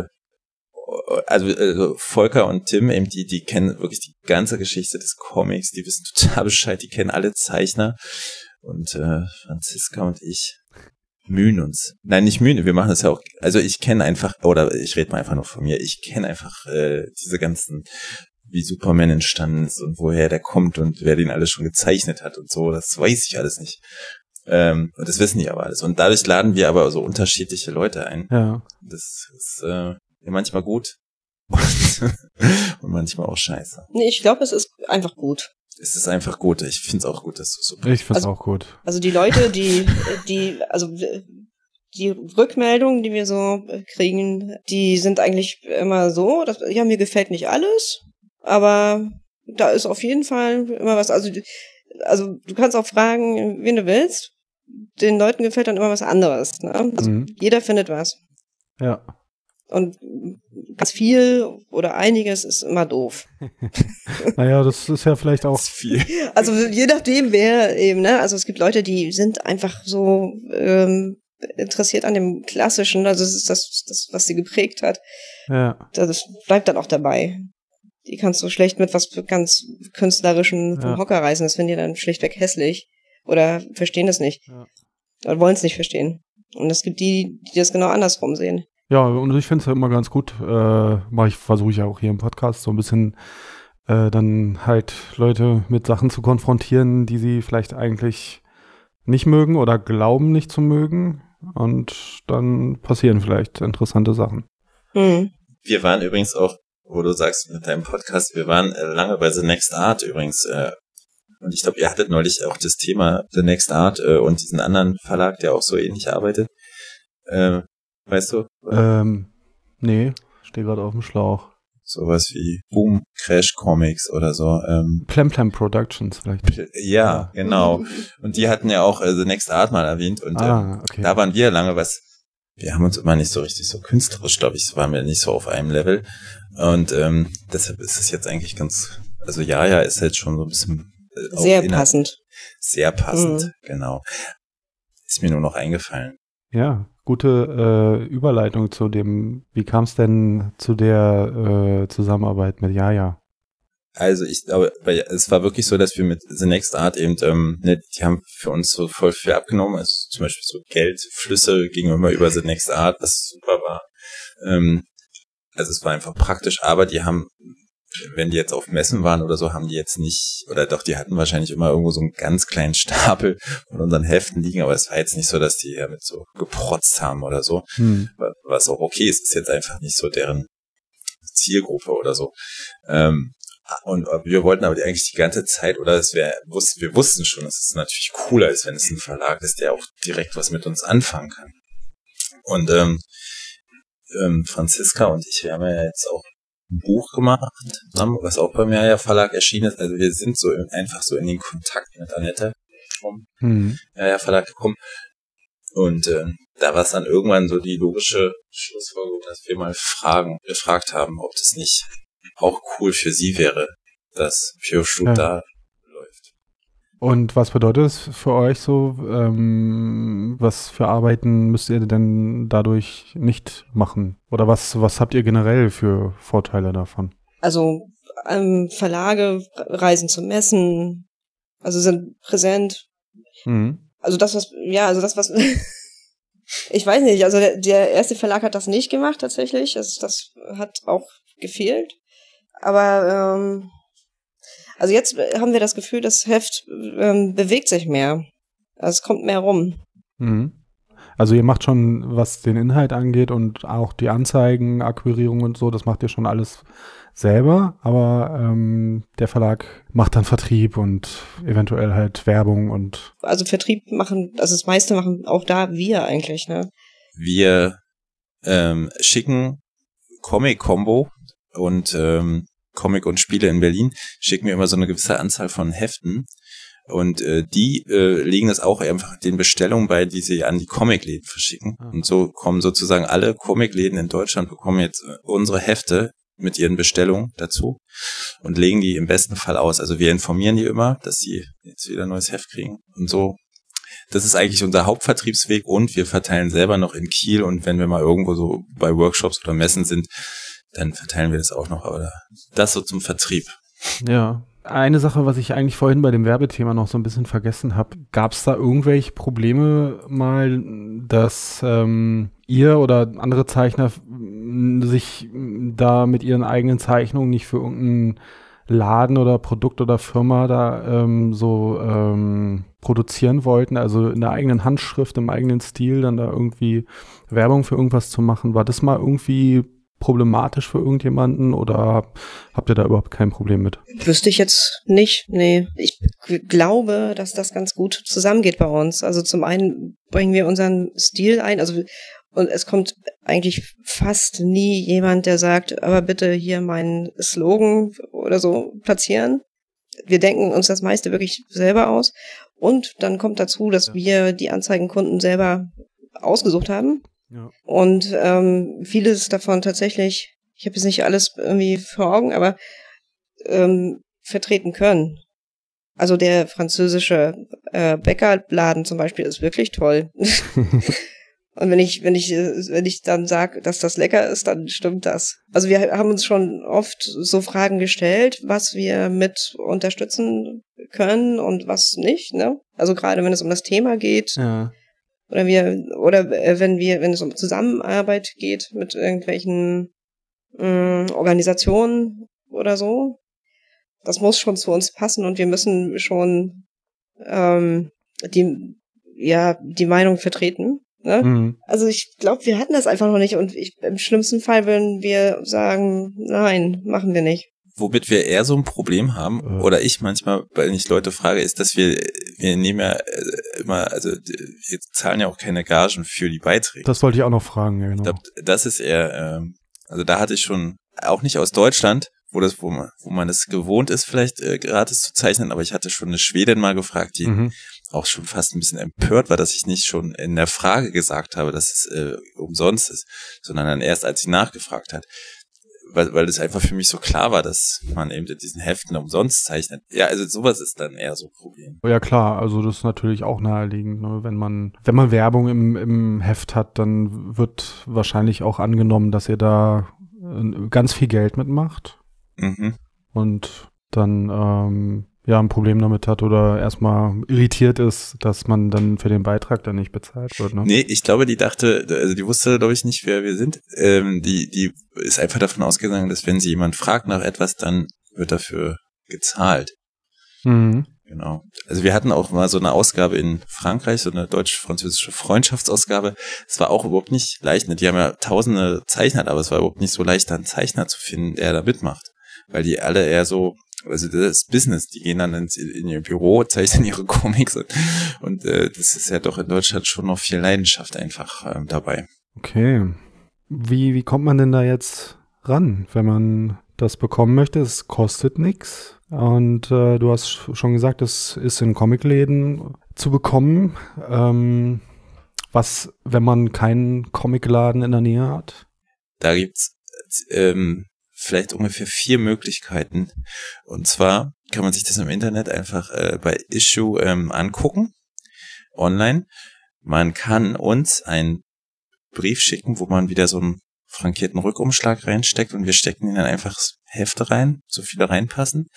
also äh, Volker und Tim, eben die, die kennen wirklich die ganze Geschichte des Comics, die wissen total Bescheid, die kennen alle Zeichner und äh, Franziska und ich mühen uns. Nein, nicht mühen, wir machen das ja auch, also ich kenne einfach, oder ich rede mal einfach nur von mir, ich kenne einfach äh, diese ganzen, wie Superman entstanden ist und woher der kommt und wer den alles schon gezeichnet hat und so, das weiß ich alles nicht. Ähm, und das wissen die aber alles. Und dadurch laden wir aber so unterschiedliche Leute ein. Ja. Das ist äh, manchmal gut und, und manchmal auch scheiße. Nee, ich glaube, es ist einfach gut. Es ist einfach gut. Ich finde es auch gut, dass du so. Ich finde es also, auch gut. Also die Leute, die, die, also die Rückmeldungen, die wir so kriegen, die sind eigentlich immer so, dass, ja, mir gefällt nicht alles, aber da ist auf jeden Fall immer was. Also, also du kannst auch fragen, wen du willst. Den Leuten gefällt dann immer was anderes. Ne? Also mhm. Jeder findet was. Ja. Und ganz viel oder einiges ist immer doof. Naja, das ist ja vielleicht auch viel. Also je nachdem, wer eben, ne? Also es gibt Leute, die sind einfach so ähm, interessiert an dem Klassischen, also das ist das, das, was sie geprägt hat. Ja. Das bleibt dann auch dabei. Die kannst du schlecht mit was ganz Künstlerischen vom ja. Hocker reißen, das finden die dann schlichtweg hässlich oder verstehen das nicht. Ja. Oder wollen es nicht verstehen. Und es gibt die, die das genau andersrum sehen. Ja, und ich finde es ja immer ganz gut, äh, mach ich, versuche ich ja auch hier im Podcast so ein bisschen äh, dann halt Leute mit Sachen zu konfrontieren, die sie vielleicht eigentlich nicht mögen oder glauben nicht zu mögen. Und dann passieren vielleicht interessante Sachen. Mhm. Wir waren übrigens auch, wo du sagst mit deinem Podcast, wir waren äh, lange bei The Next Art übrigens. Äh, und ich glaube, ihr hattet neulich auch das Thema The Next Art äh, und diesen anderen Verlag, der auch so ähnlich arbeitet. Äh, Weißt du? Ähm, nee, stehe gerade auf dem Schlauch. Sowas wie Boom Crash Comics oder so. Ähm, Plemplem Productions vielleicht. Ja, genau. Und die hatten ja auch äh, The Next Art mal erwähnt und ah, ähm, okay. da waren wir lange was, wir haben uns immer nicht so richtig so künstlerisch, glaube ich, waren wir nicht so auf einem Level. Und ähm, deshalb ist es jetzt eigentlich ganz, also ja, ja, ist halt schon so ein bisschen äh, sehr passend. Sehr passend, mhm. genau. Ist mir nur noch eingefallen. Ja, gute äh, Überleitung zu dem, wie kam es denn zu der äh, Zusammenarbeit mit Jaja? Also ich glaube, es war wirklich so, dass wir mit The Next Art eben, ähm, ne, die haben für uns so voll viel abgenommen, also zum Beispiel so Geldflüsse gingen immer über The Next Art, was super war. Ähm, also es war einfach praktisch, aber die haben, wenn die jetzt auf Messen waren oder so, haben die jetzt nicht, oder doch, die hatten wahrscheinlich immer irgendwo so einen ganz kleinen Stapel von unseren Heften liegen, aber es war jetzt nicht so, dass die damit so geprotzt haben oder so, hm. was auch okay ist, ist jetzt einfach nicht so deren Zielgruppe oder so. Ähm, und wir wollten aber die eigentlich die ganze Zeit, oder es wäre, wir wussten schon, dass es natürlich cooler ist, wenn es ein Verlag ist, der auch direkt was mit uns anfangen kann. Und ähm, ähm, Franziska und ich, wir haben ja jetzt auch ein Buch gemacht, was auch beim Jaja Verlag erschienen ist. Also wir sind so einfach so in den Kontakt mit Annette vom mhm. Jaja Verlag gekommen. Und ähm, da war es dann irgendwann so die logische Schlussfolgerung, dass wir mal fragen, gefragt haben, ob das nicht auch cool für sie wäre, dass Pure Shoot ja. da läuft. Und was bedeutet es für euch so? Ähm, was für Arbeiten müsst ihr denn dadurch nicht machen? Oder was, was habt ihr generell für Vorteile davon? Also ähm, Verlage reisen zu Messen, also sind präsent. Mhm. Also das, was, ja, also das, was, ich weiß nicht, also der, der erste Verlag hat das nicht gemacht tatsächlich, das, das hat auch gefehlt. Aber ähm, also jetzt haben wir das Gefühl, das Heft ähm, bewegt sich mehr. Also es kommt mehr rum. Mhm. Also ihr macht schon, was den Inhalt angeht und auch die Anzeigen, Akquirierung und so, das macht ihr schon alles selber, aber ähm, der Verlag macht dann Vertrieb und eventuell halt Werbung und... Also Vertrieb machen, also das meiste machen auch da wir eigentlich, ne? Wir ähm, schicken Comic-Combo und ähm, Comic und Spiele in Berlin, schicken mir immer so eine gewisse Anzahl von Heften und äh, die äh, legen das auch einfach den Bestellungen bei, die sie an die Comicläden verschicken. Ah. Und so kommen sozusagen alle Comicläden in Deutschland, bekommen jetzt äh, unsere Hefte mit ihren Bestellungen dazu und legen die im besten Fall aus. Also wir informieren die immer, dass sie jetzt wieder ein neues Heft kriegen und so das ist eigentlich unser Hauptvertriebsweg und wir verteilen selber noch in Kiel und wenn wir mal irgendwo so bei Workshops oder Messen sind, dann verteilen wir das auch noch, aber das so zum Vertrieb. Ja. Eine Sache, was ich eigentlich vorhin bei dem Werbethema noch so ein bisschen vergessen habe, gab es da irgendwelche Probleme mal, dass ähm, ihr oder andere Zeichner sich da mit ihren eigenen Zeichnungen nicht für irgendeinen Laden oder Produkt oder Firma da ähm, so ähm, produzieren wollten, also in der eigenen Handschrift, im eigenen Stil dann da irgendwie Werbung für irgendwas zu machen? War das mal irgendwie problematisch für irgendjemanden oder habt ihr da überhaupt kein Problem mit? Wüsste ich jetzt nicht, nee. Ich g- glaube, dass das ganz gut zusammengeht bei uns. Also zum einen bringen wir unseren Stil ein, also und es kommt eigentlich fast nie jemand, der sagt, aber bitte hier meinen Slogan oder so platzieren. Wir denken uns das meiste wirklich selber aus. Und dann kommt dazu, dass wir die Anzeigenkunden selber ausgesucht haben. Ja. Und ähm, vieles davon tatsächlich, ich habe jetzt nicht alles irgendwie vor Augen, aber ähm, vertreten können. Also der französische äh, Bäckerladen zum Beispiel ist wirklich toll. Und wenn ich, wenn ich, wenn ich dann sage, dass das lecker ist, dann stimmt das. Also wir haben uns schon oft so Fragen gestellt, was wir mit unterstützen können und was nicht, ne? Also gerade wenn es um das Thema geht. Ja. Oder wir, oder wenn wir, wenn es um Zusammenarbeit geht mit irgendwelchen mh, Organisationen oder so. Das muss schon zu uns passen und wir müssen schon ähm, die, ja, die Meinung vertreten. Ne? Mhm. Also ich glaube, wir hatten das einfach noch nicht und ich, im schlimmsten Fall würden wir sagen, nein, machen wir nicht. Womit wir eher so ein Problem haben, ja. Oder ich manchmal, wenn ich Leute frage, ist, dass wir, wir nehmen ja immer, also wir zahlen ja auch keine Gagen für die Beiträge. Das wollte ich auch noch fragen, ja genau. Ich glaub, das ist eher, also da hatte ich schon, auch nicht aus Deutschland, wo das, wo man, wo man es gewohnt ist, vielleicht äh, gratis zu zeichnen, aber ich hatte schon eine Schwedin mal gefragt, die mhm. auch schon fast ein bisschen empört war, dass ich nicht schon in der Frage gesagt habe, dass es äh, umsonst ist, sondern dann erst, als sie nachgefragt hat. Weil, weil das einfach für mich so klar war, dass man eben diesen Heften umsonst zeichnet. Ja, also sowas ist dann eher so ein Problem. Ja klar, also das ist natürlich auch naheliegend, ne? Wenn man, wenn man Werbung im, im Heft hat, dann wird wahrscheinlich auch angenommen, dass ihr da ganz viel Geld mitmacht. Mhm. Und dann ähm, ja ein Problem damit hat oder erstmal irritiert ist, dass man dann für den Beitrag dann nicht bezahlt wird, ne? Nee, ich glaube, die dachte, also die wusste, glaube ich, nicht, wer wir sind. Ähm, die, die ist einfach davon ausgegangen, dass wenn sie jemand fragt nach etwas, dann wird dafür gezahlt. Mhm. Genau. Also wir hatten auch mal so eine Ausgabe in Frankreich, so eine deutsch-französische Freundschaftsausgabe. Es war auch überhaupt nicht leicht. Die haben ja tausende Zeichner, aber es war überhaupt nicht so leicht, einen Zeichner zu finden, der da mitmacht. Weil die alle eher so, also das ist Business, die gehen dann ins, in ihr Büro, zeichnen ihre Comics und, und äh, das ist ja doch in Deutschland schon noch viel Leidenschaft einfach ähm, dabei. Okay. Wie, wie kommt man denn da jetzt ran, wenn man das bekommen möchte? Es kostet nichts und äh, du hast schon gesagt, es ist in Comicläden zu bekommen. Ähm, was, wenn man keinen Comicladen in der Nähe hat? Da gibt's ähm, vielleicht ungefähr vier Möglichkeiten. Und zwar kann man sich das im Internet einfach äh, bei Issue ähm, angucken, online. Man kann uns einen Brief schicken, wo man wieder so einen frankierten Rückumschlag reinsteckt und wir stecken in dann einfach Hefte rein, so viele reinpassen.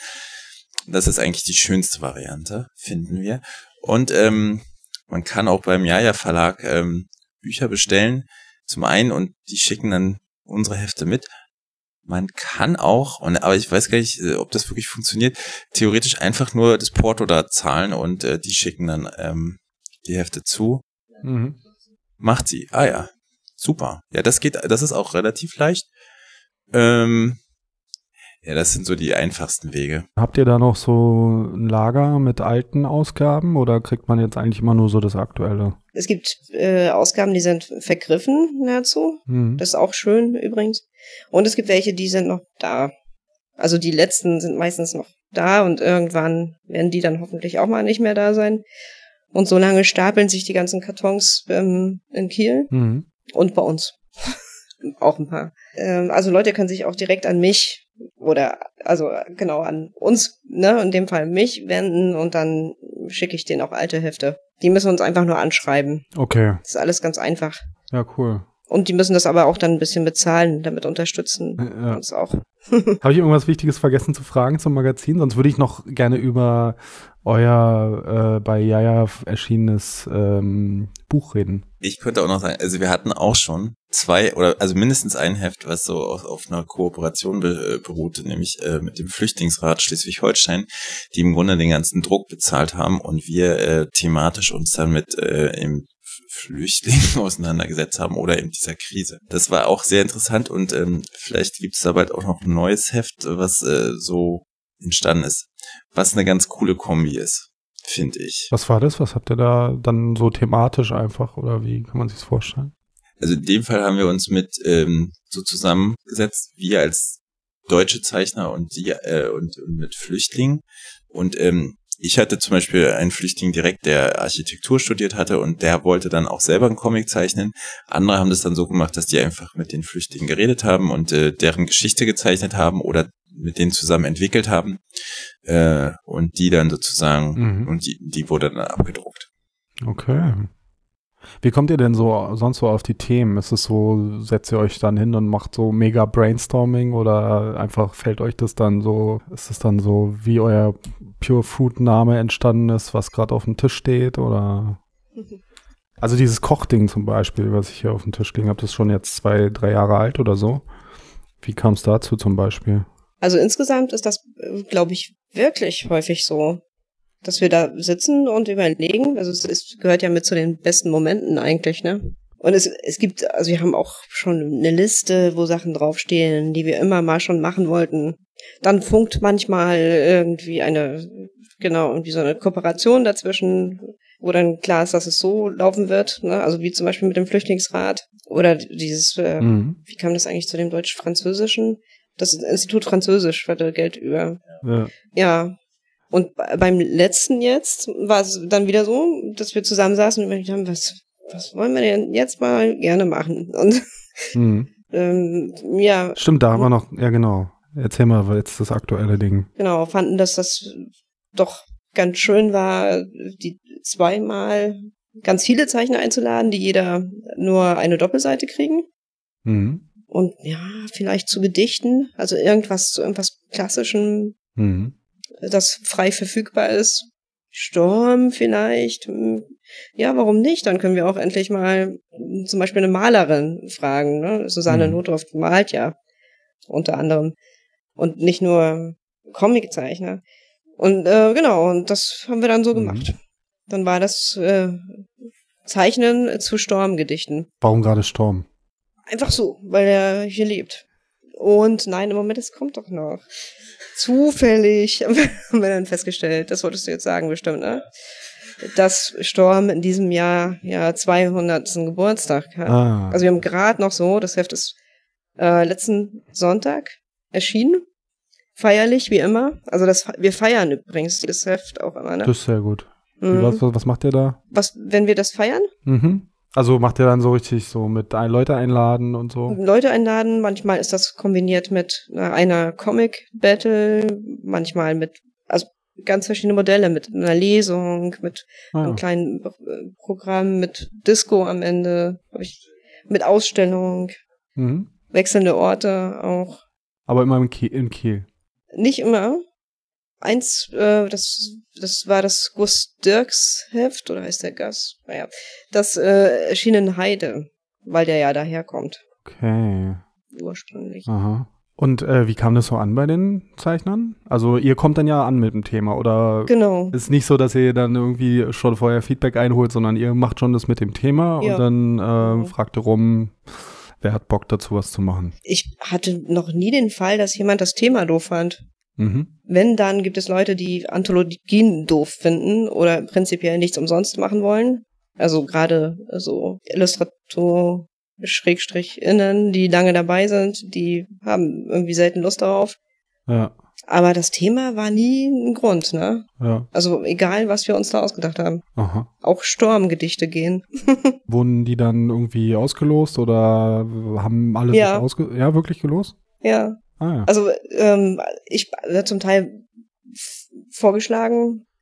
Das ist eigentlich die schönste Variante, finden wir. Und ähm, man kann auch beim Jaja Verlag ähm, Bücher bestellen, zum einen, und die schicken dann unsere Hefte mit. Man kann auch, und aber ich weiß gar nicht, ob das wirklich funktioniert, theoretisch einfach nur das Porto da zahlen und äh, die schicken dann ähm, die Hefte zu. Mhm. Macht sie. Ah ja, super. Ja, das geht, das ist auch relativ leicht. Ähm, ja, das sind so die einfachsten Wege. Habt ihr da noch so ein Lager mit alten Ausgaben oder kriegt man jetzt eigentlich immer nur so das Aktuelle? Es gibt äh, Ausgaben, die sind vergriffen nahezu. Mhm. Das ist auch schön übrigens. Und es gibt welche, die sind noch da. Also die letzten sind meistens noch da und irgendwann werden die dann hoffentlich auch mal nicht mehr da sein. Und so lange stapeln sich die ganzen Kartons ähm, in Kiel mhm. und bei uns. Auch ein paar. Ähm, also Leute können sich auch direkt an mich oder also genau an uns, ne, in dem Fall mich wenden und dann schicke ich denen auch alte Hefte. Die müssen uns einfach nur anschreiben. Okay. Das ist alles ganz einfach. Ja, cool. Und die müssen das aber auch dann ein bisschen bezahlen, damit unterstützen Ja. uns auch. Habe ich irgendwas Wichtiges vergessen zu fragen zum Magazin? Sonst würde ich noch gerne über euer äh, bei Jaja erschienenes ähm, Buch reden. Ich könnte auch noch sagen, also wir hatten auch schon zwei oder also mindestens ein Heft, was so auf, auf einer Kooperation be, beruhte, nämlich äh, mit dem Flüchtlingsrat Schleswig-Holstein, die im Grunde den ganzen Druck bezahlt haben und wir äh, thematisch uns dann mit äh, im Flüchtlingen auseinandergesetzt haben oder in dieser Krise. Das war auch sehr interessant und ähm, vielleicht gibt es da bald auch noch ein neues Heft, was äh, so entstanden ist, was eine ganz coole Kombi ist, finde ich. Was war das? Was habt ihr da dann so thematisch einfach oder wie kann man sich das vorstellen? Also in dem Fall haben wir uns mit ähm, so zusammengesetzt, wir als deutsche Zeichner und die äh, und, und mit Flüchtlingen und ähm, ich hatte zum Beispiel einen Flüchtling direkt, der Architektur studiert hatte und der wollte dann auch selber einen Comic zeichnen. Andere haben das dann so gemacht, dass die einfach mit den Flüchtlingen geredet haben und äh, deren Geschichte gezeichnet haben oder mit denen zusammen entwickelt haben äh, und die dann sozusagen, Mhm. und die, die wurde dann abgedruckt. Okay. Wie kommt ihr denn so sonst so auf die Themen? Ist es so, setzt ihr euch dann hin und macht so mega Brainstorming oder einfach fällt euch das dann so, ist es dann so, wie euer Pure Fruit Name entstanden ist, was gerade auf dem Tisch steht oder? Also dieses Kochding zum Beispiel, was ich hier auf dem Tisch liegen habe, das ist schon jetzt zwei, drei Jahre alt oder so. Wie kam es dazu zum Beispiel? Also insgesamt ist das, glaube ich, wirklich häufig so, dass wir da sitzen und überlegen. Also es ist, gehört ja mit zu den besten Momenten eigentlich, ne? Und es, es gibt, also wir haben auch schon eine Liste, wo Sachen draufstehen, die wir immer mal schon machen wollten. Dann funkt manchmal irgendwie eine, genau, irgendwie so eine Kooperation dazwischen, wo dann klar ist, dass es so laufen wird, ne? Also wie zum Beispiel mit dem Flüchtlingsrat oder dieses, äh, Mhm. wie kam das eigentlich zu dem Deutsch-Französischen? Das Institut Französisch hatte Geld über. Ja. Ja. Und bei- beim letzten jetzt war es dann wieder so, dass wir zusammensaßen und überlegt haben, was, was wollen wir denn jetzt mal gerne machen? Und Mhm. ähm, ja, Stimmt, da haben wir noch, ja genau. Erzähl mal jetzt das aktuelle Ding. genau, fanden, dass das doch ganz schön war, die zweimal ganz viele Zeichner einzuladen, die jeder nur eine Doppelseite kriegen. Mhm. Und ja, vielleicht zu Gedichten, also irgendwas zu irgendwas Klassischem, Mhm. das frei verfügbar ist. Sturm vielleicht. Hm, ja, warum nicht? Dann können wir auch endlich mal hm, zum Beispiel eine Malerin fragen. Ne? Susanne Mhm. Notdorf malt ja unter anderem. Und nicht nur Comiczeichner. Und äh, genau, und das haben wir dann so Mhm. gemacht. Dann war das äh, Zeichnen zu Stormgedichten. Warum gerade Sturm? Einfach so, weil er hier lebt. Und nein, im Moment, es kommt doch noch. Zufällig haben wir dann festgestellt, das wolltest du jetzt sagen bestimmt, ne? Dass Storm in diesem Jahr ja zweihundertsten Geburtstag hat. Ah. Also wir haben gerade noch so, das Heft ist äh, letzten Sonntag erschienen. Feierlich, wie immer. Also das, wir feiern übrigens das Heft auch immer, ne? Das ist sehr gut. Wie, Mhm. was, was, was macht ihr da? Was, wenn wir das feiern? Mhm. Also macht ihr dann so richtig so mit ein, Leute einladen und so? Leute einladen, manchmal ist das kombiniert mit einer, einer Comic-Battle, manchmal mit, also ganz verschiedene Modelle, mit einer Lesung, mit Ah, einem kleinen äh, Programm, mit Disco am Ende, hab ich, mit Ausstellung, mhm. wechselnde Orte auch. Aber immer in Kiel. In Kiel. Nicht immer. Eins, äh, das, das war das Gus Dirks Heft, oder heißt der Gus? Naja, das äh, erschien in Heide, weil der ja daherkommt, Okay. ursprünglich. Aha. Und äh, wie kam das so an bei den Zeichnern? Also ihr kommt dann ja an mit dem Thema oder Genau. ist nicht so, dass ihr dann irgendwie schon vorher Feedback einholt, sondern ihr macht schon das mit dem Thema Ja. und dann ähm, Mhm. fragt ihr rum, wer hat Bock dazu was zu machen. Ich hatte noch nie den Fall, dass jemand das Thema doof fand. Mhm. Wenn, dann gibt es Leute, die Anthologien doof finden oder prinzipiell nichts umsonst machen wollen. Also gerade so Illustrator Schrägstrich innen, die lange dabei sind, die haben irgendwie selten Lust darauf. Ja, Aber das Thema war nie ein Grund, ne? ja. Also egal, was wir uns da ausgedacht haben. Aha. Auch Stormgedichte gehen. Wurden die dann irgendwie ausgelost oder haben alle Ja. sich ausge... Ja, wirklich gelost? Ja. Ah ja. Also ähm, ich äh, zum Teil f- vorgeschlagen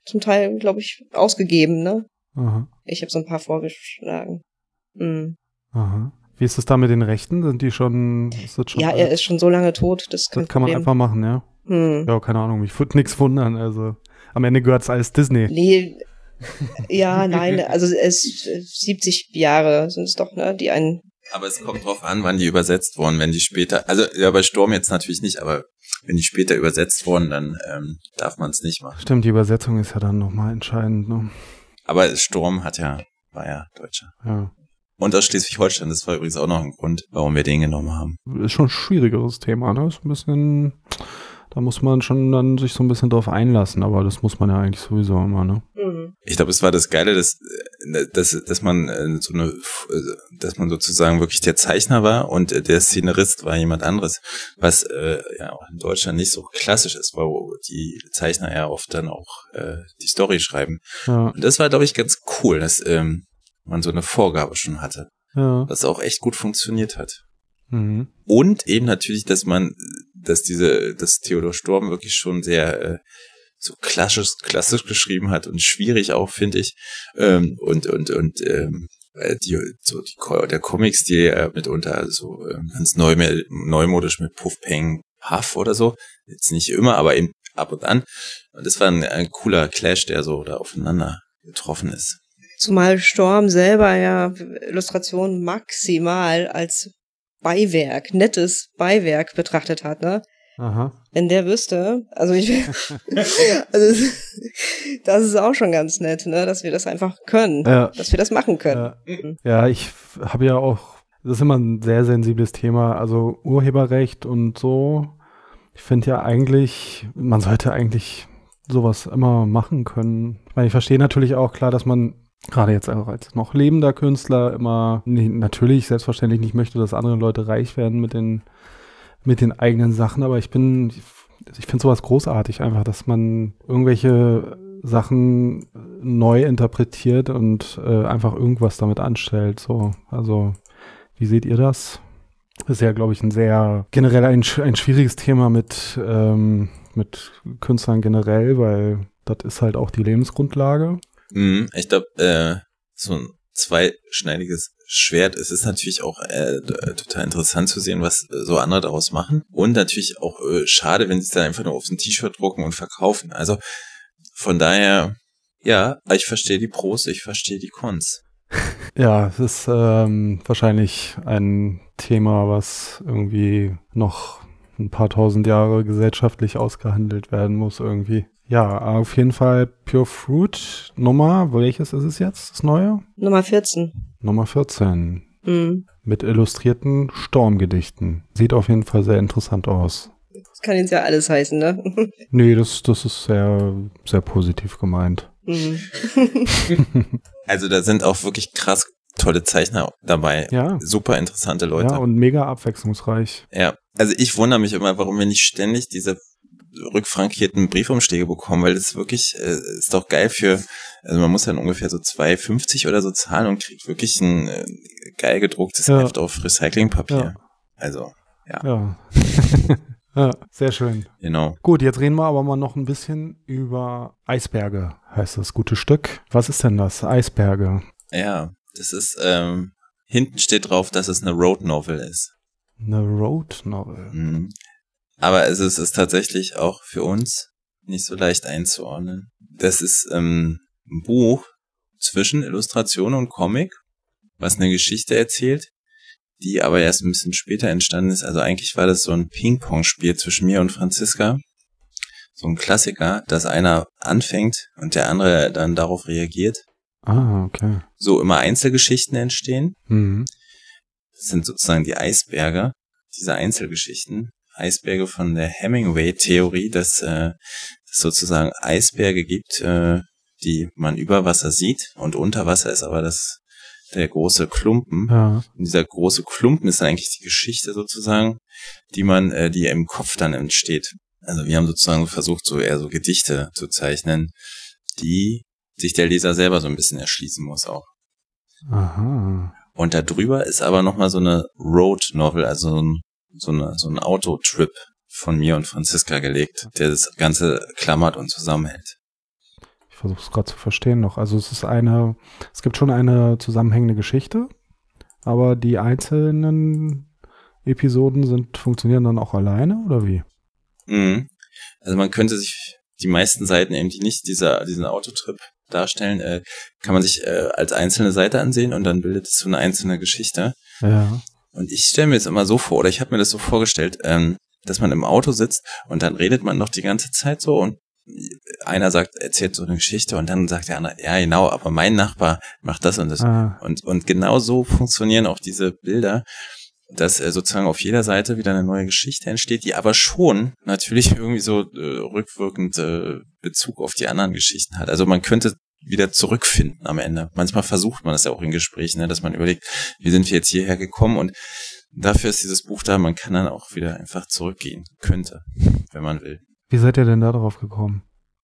zum Teil, glaube ich, ausgegeben, ne? Aha. Ich habe so ein paar vorgeschlagen. Mhm. Aha. Wie ist es da mit den Rechten? Sind die schon, ist das schon Ja, alt? er ist schon so lange tot, das ist kein Das kann man Problem. einfach machen, ja? Hm. Ja, keine Ahnung, mich würde nichts wundern, also am Ende gehört's alles Disney. Nee, ja, nein, also es siebzig Jahre sind es doch, ne, die einen. Aber es kommt drauf an, wann die übersetzt wurden. Wenn die später, also ja, bei Sturm jetzt natürlich nicht, aber wenn die später übersetzt wurden, dann ähm, darf man es nicht machen. Stimmt, die Übersetzung ist ja dann nochmal entscheidend, ne? Aber Sturm hat ja, war ja Deutscher. Ja. Und aus Schleswig-Holstein, das war übrigens auch noch ein Grund, warum wir den genommen haben. Ist schon ein schwierigeres Thema, ne? Ist ein bisschen, da muss man schon dann sich so ein bisschen drauf einlassen, aber das muss man ja eigentlich sowieso immer, ne? Mhm. Ich glaube, es war das Geile, dass, dass, dass man so eine, dass man sozusagen wirklich der Zeichner war und der Szenarist war jemand anderes, was äh, ja auch in Deutschland nicht so klassisch ist, wo die Zeichner ja oft dann auch äh, die Story schreiben. Ja. Und das war, glaube ich, ganz cool, dass ähm, man so eine Vorgabe schon hatte, Ja. was auch echt gut funktioniert hat. Mhm. Und eben natürlich, dass man, dass diese, dass Theodor Storm wirklich schon sehr äh, so klassisch, klassisch geschrieben hat und schwierig auch, finde ich. Ähm, und und und ähm, die, so die der Comic-Stil äh, mitunter so äh, ganz neu, neumodisch mit Puff, Peng, Puff oder so. Jetzt nicht immer, aber eben ab und an. Und das war ein, ein cooler Clash, der so da aufeinander getroffen ist. Zumal Storm selber ja Illustration maximal als Beiwerk, nettes Beiwerk betrachtet hat, ne? Aha. Wenn der wüsste, also ich, also das ist auch schon ganz nett, ne, dass wir das einfach können, Ja. dass wir das machen können. Ja, Mhm. ja ich habe ja auch, das ist immer ein sehr sensibles Thema, also Urheberrecht und so. Ich finde ja eigentlich, man sollte eigentlich sowas immer machen können. Ich meine, ich verstehe natürlich auch klar, dass man gerade jetzt auch als noch lebender Künstler immer nee, natürlich selbstverständlich nicht möchte, dass andere Leute reich werden mit den mit den eigenen Sachen, aber ich bin, ich finde sowas großartig einfach, dass man irgendwelche Sachen neu interpretiert und äh, einfach irgendwas damit anstellt. So, also wie seht ihr das? Das ist ja, glaube ich, ein sehr generell ein, ein schwieriges Thema mit ähm, mit Künstlern generell, weil das ist halt auch die Lebensgrundlage. Mhm, ich glaube, äh, so ein zweischneidiges Schwert. Es ist natürlich auch äh, total interessant zu sehen, was äh, so andere daraus machen. Und natürlich auch äh, schade, wenn sie es dann einfach nur auf ein T-Shirt drucken und verkaufen. Also von daher, ja, ich verstehe die Pros, ich verstehe die Cons. Ja, es ist ähm, wahrscheinlich ein Thema, was irgendwie noch ein paar tausend Jahre gesellschaftlich ausgehandelt werden muss irgendwie. Ja, auf jeden Fall Pure Fruit Nummer, welches ist es jetzt, das neue? Nummer vierzehn. Nummer vierzehn. Mhm. Mit illustrierten Stormgedichten. Sieht auf jeden Fall sehr interessant aus. Das kann jetzt ja alles heißen, ne? Nee, das, das ist sehr, sehr positiv gemeint. Mhm. Also da sind auch wirklich krass tolle Zeichner dabei. Ja. Super interessante Leute. Ja, und mega abwechslungsreich. Ja, also ich wundere mich immer, warum wir nicht ständig diese rückfrankierten Briefumschläge bekommen, weil das wirklich, äh, ist doch geil für, also man muss dann ungefähr so zwei fünfzig oder so zahlen und kriegt wirklich ein äh, geil gedrucktes Ja. Heft auf Recyclingpapier. Ja. Also, ja, Ja. Ja, sehr schön. genau. Gut, jetzt reden wir aber mal noch ein bisschen über Eisberge, heißt das gute Stück. Was ist denn das? Eisberge. Ja, das ist, ähm, hinten steht drauf, dass es eine Road Novel ist. Eine Road Novel. Mhm. Aber es ist, ist tatsächlich auch für uns nicht so leicht einzuordnen. Das ist ähm, ein Buch zwischen Illustration und Comic, was eine Geschichte erzählt, die aber erst ein bisschen später entstanden ist. Also eigentlich war das so ein Ping-Pong-Spiel zwischen mir und Franziska. So ein Klassiker, dass einer anfängt und der andere dann darauf reagiert. Ah, okay. So immer Einzelgeschichten entstehen. Mhm. Das sind sozusagen die Eisberge, diese Einzelgeschichten. Eisberge von der Hemingway-Theorie, dass äh, es sozusagen Eisberge gibt, äh, die man über Wasser sieht und unter Wasser ist aber das der große Klumpen. Ja. Und dieser große Klumpen ist dann eigentlich die Geschichte sozusagen, die man, äh, die im Kopf dann entsteht. Also wir haben sozusagen versucht, so eher so Gedichte zu zeichnen, die sich der Leser selber so ein bisschen erschließen muss auch. Aha. Und da drüber ist aber nochmal so eine Road Novel, also so ein so eine, so ein Autotrip von mir und Franziska gelegt, der das Ganze klammert und zusammenhält. Ich versuche es gerade zu verstehen noch. Also es ist eine, es gibt schon eine zusammenhängende Geschichte, aber die einzelnen Episoden sind, funktionieren dann auch alleine, oder wie? Mhm. Also man könnte sich die meisten Seiten eben, die nicht dieser, diesen Autotrip darstellen, äh, kann man sich äh, als einzelne Seite ansehen und dann bildet es so eine einzelne Geschichte. Ja. Und ich stelle mir jetzt immer so vor, oder ich habe mir das so vorgestellt, ähm, dass man im Auto sitzt und dann redet man noch die ganze Zeit so und einer sagt, erzählt so eine Geschichte und dann sagt der andere, ja genau, aber mein Nachbar macht das und das. Ah. Und, und genau so funktionieren auch diese Bilder, dass äh, sozusagen auf jeder Seite wieder eine neue Geschichte entsteht, die aber schon natürlich irgendwie so äh, rückwirkend äh, Bezug auf die anderen Geschichten hat. Also man könnte wieder zurückfinden am Ende. Manchmal versucht man das ja auch in Gesprächen, ne, dass man überlegt, wie sind wir jetzt hierher gekommen, und dafür ist dieses Buch da, man kann dann auch wieder einfach zurückgehen, könnte, wenn man will. Wie seid ihr denn da drauf gekommen?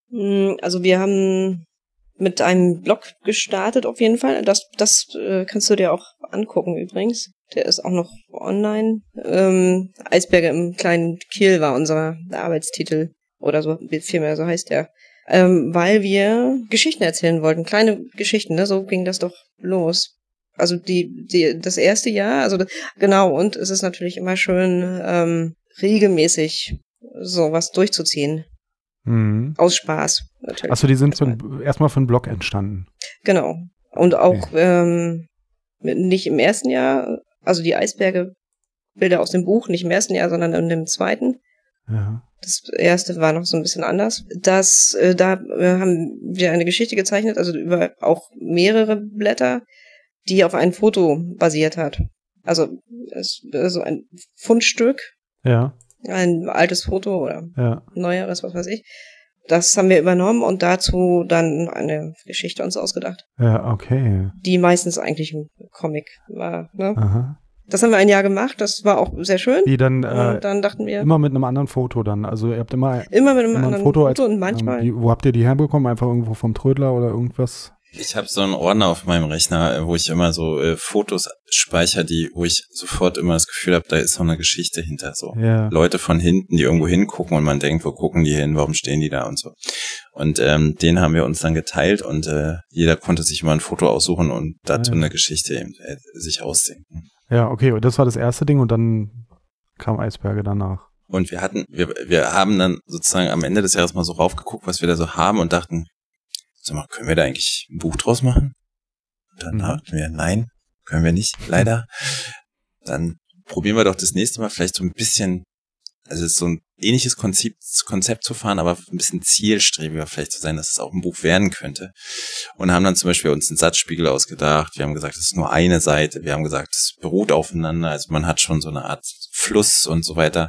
Also wir haben mit einem Blog gestartet auf jeden Fall. Das, das äh, kannst du dir auch angucken übrigens. Der ist auch noch online. Ähm, Eisberge im kleinen Kiel war unser Arbeitstitel oder so, vielmehr so heißt der. Ähm, weil wir Geschichten erzählen wollten, kleine Geschichten, ne? So ging das doch los. Also die, die, das erste Jahr, also das, genau, und es ist natürlich immer schön ähm, regelmäßig sowas durchzuziehen. Mhm. Aus Spaß, natürlich. Achso, die sind von, erstmal von Blog entstanden. Genau. Und auch okay. ähm, nicht im ersten Jahr, also die Eisberge Bilder aus dem Buch, nicht im ersten Jahr, sondern in dem zweiten. Ja. Das erste war noch so ein bisschen anders. Das, äh, da äh, haben wir eine Geschichte gezeichnet, also über auch mehrere Blätter, die auf ein Foto basiert hat. Also es ist so ein Fundstück. Ja. Ein altes Foto oder ja. neueres, was weiß ich. Das haben wir übernommen und dazu dann eine Geschichte uns ausgedacht. Ja, okay. Die meistens eigentlich ein Comic war, ne? Aha. Das haben wir ein Jahr gemacht, das war auch sehr schön. Die dann, äh, und dann dachten wir. Immer mit einem anderen Foto dann. Also ihr habt immer, immer mit einem immer anderen ein Foto, Foto als, und manchmal. Ähm, die, wo habt ihr die herbekommen? Einfach irgendwo vom Trödler oder irgendwas? Ich habe so einen Ordner auf meinem Rechner, wo ich immer so äh, Fotos speichere, die, wo ich sofort immer das Gefühl habe, da ist noch eine Geschichte hinter. So ja. Leute von hinten, die irgendwo hingucken und man denkt, wo gucken die hin, warum stehen die da und so. Und ähm, den haben wir uns dann geteilt und äh, jeder konnte sich immer ein Foto aussuchen und dazu ja. eine Geschichte eben, äh, sich ausdenken. Ja, okay, und das war das erste Ding und dann kam Eisberge danach. Und wir hatten, wir, wir haben dann sozusagen am Ende des Jahres mal so raufgeguckt, was wir da so haben und dachten, sag mal, können wir da eigentlich ein Buch draus machen? Und dann dachten wir, nein, können wir nicht, leider. Dann probieren wir doch das nächste Mal vielleicht so ein bisschen, also so ein ähnliches Konzept, Konzept zu fahren, aber ein bisschen zielstrebiger vielleicht zu sein, dass es auch ein Buch werden könnte. Und haben dann zum Beispiel uns einen Satzspiegel ausgedacht. Wir haben gesagt, es ist nur eine Seite. Wir haben gesagt, es beruht aufeinander. Also man hat schon so eine Art Fluss und so weiter.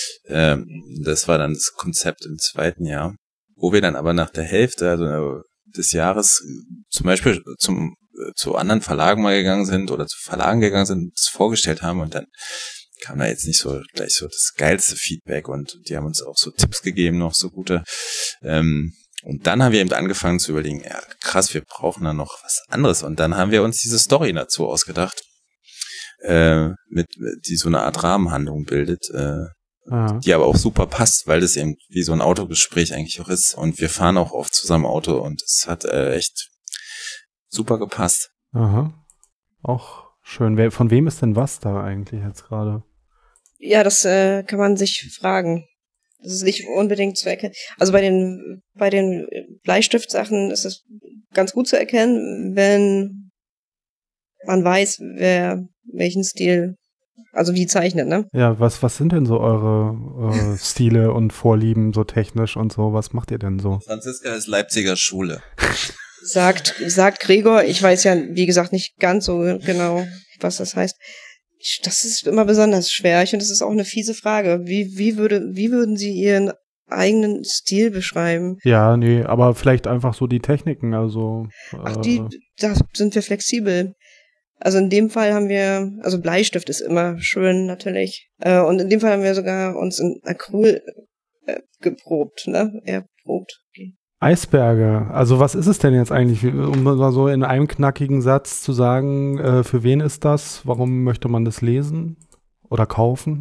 Das war dann das Konzept im zweiten Jahr. Wo wir dann aber nach der Hälfte, also des Jahres zum Beispiel zum zu anderen Verlagen mal gegangen sind oder zu Verlagen gegangen sind und das vorgestellt haben und dann kam da jetzt nicht so gleich so das geilste Feedback und die haben uns auch so Tipps gegeben, noch so gute. Ähm, und dann haben wir eben angefangen zu überlegen, ja krass, wir brauchen da noch was anderes und dann haben wir uns diese Story dazu ausgedacht, äh, mit die so eine Art Rahmenhandlung bildet, äh, Aha. die aber auch super passt, weil das eben wie so ein Autogespräch eigentlich auch ist und wir fahren auch oft zusammen Auto und es hat äh, echt super gepasst. Aha, auch schön. Von wem ist denn was da eigentlich jetzt gerade? Ja, das äh, kann man sich fragen. Das ist nicht unbedingt zu erkennen. Also bei den bei den Bleistiftsachen ist es ganz gut zu erkennen, wenn man weiß, wer welchen Stil, also wie zeichnet, ne? Ja, was was sind denn so eure äh, Stile und Vorlieben so technisch und so? Was macht ihr denn so? Franziska ist Leipziger Schule. Sagt sagt Gregor. Ich weiß ja, wie gesagt, nicht ganz so genau, was das heißt. Das ist immer besonders schwer. Ich finde, das ist auch eine fiese Frage. Wie wie würde wie würden Sie Ihren eigenen Stil beschreiben? Ja, nee, aber vielleicht einfach so die Techniken, also. Ach, die, äh, da sind wir flexibel. Also in dem Fall haben wir, also Bleistift ist immer schön natürlich. Äh, und in dem Fall haben wir sogar uns in Acryl äh, geprobt, ne? Erprobt. Okay. Eisberge, also was ist es denn jetzt eigentlich, um mal so in einem knackigen Satz zu sagen, äh, für wen ist das, warum möchte man das lesen oder kaufen?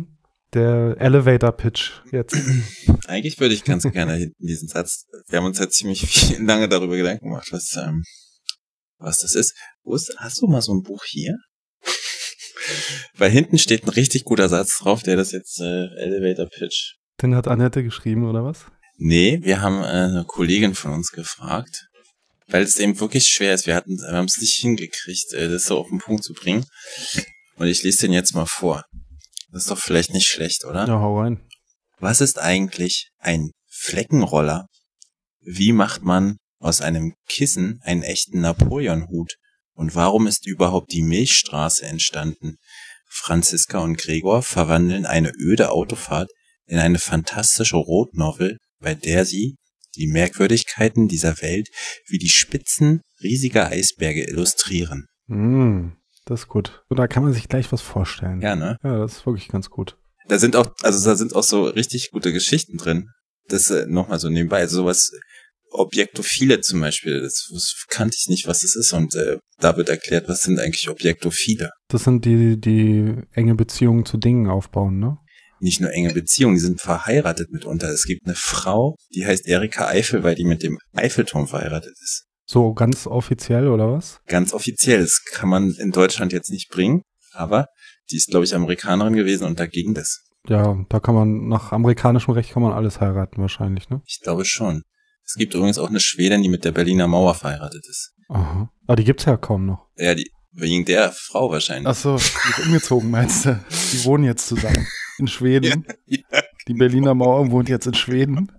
Der Elevator-Pitch jetzt. Eigentlich würde ich ganz gerne hinten diesen Satz, wir haben uns jetzt ziemlich viel, lange darüber Gedanken gemacht, was, ähm, was das ist. Wo ist. Hast du mal so ein Buch hier? Weil hinten steht ein richtig guter Satz drauf, der das jetzt äh, Elevator-Pitch. Den hat Annette geschrieben, oder was? Nee, wir haben äh, eine Kollegin von uns gefragt, weil es eben wirklich schwer ist. Wir hatten, wir haben es nicht hingekriegt, äh, das so auf den Punkt zu bringen. Und ich lese den jetzt mal vor. Das ist doch vielleicht nicht schlecht, oder? Ja, hau rein. Was ist eigentlich ein Fleckenroller? Wie macht man aus einem Kissen einen echten Napoleon-Hut? Und warum ist überhaupt die Milchstraße entstanden? Franziska und Gregor verwandeln eine öde Autofahrt in eine fantastische Roadnovel, bei der sie die Merkwürdigkeiten dieser Welt wie die Spitzen riesiger Eisberge illustrieren. Mm, das ist gut. Und da kann man sich gleich was vorstellen. Ja, ne? Ja, das ist wirklich ganz gut. Da sind auch, also da sind auch so richtig gute Geschichten drin. Das äh, nochmal so nebenbei. Also sowas Objektophile zum Beispiel, das, das kannte ich nicht, was das ist. Und äh, da wird erklärt, was sind eigentlich Objektophile. Das sind die, die enge Beziehungen zu Dingen aufbauen, ne? Nicht nur enge Beziehungen, die sind verheiratet mitunter. Es gibt eine Frau, die heißt Erika Eiffel, weil die mit dem Eiffelturm verheiratet ist. So ganz offiziell, oder was? Ganz offiziell. Das kann man in Deutschland jetzt nicht bringen, aber die ist, glaube ich, Amerikanerin gewesen und da ging das. Ja, da kann man, nach amerikanischem Recht kann man alles heiraten wahrscheinlich, ne? Ich glaube schon. Es gibt übrigens auch eine Schwedin, die mit der Berliner Mauer verheiratet ist. Aha. Aber die gibt's ja kaum noch. Ja, die, wegen der Frau wahrscheinlich. Ach so, die ist umgezogen, meinst du? Die wohnen jetzt zusammen in Schweden. Ja, ja. Die Berliner Mauer wohnt jetzt in Schweden.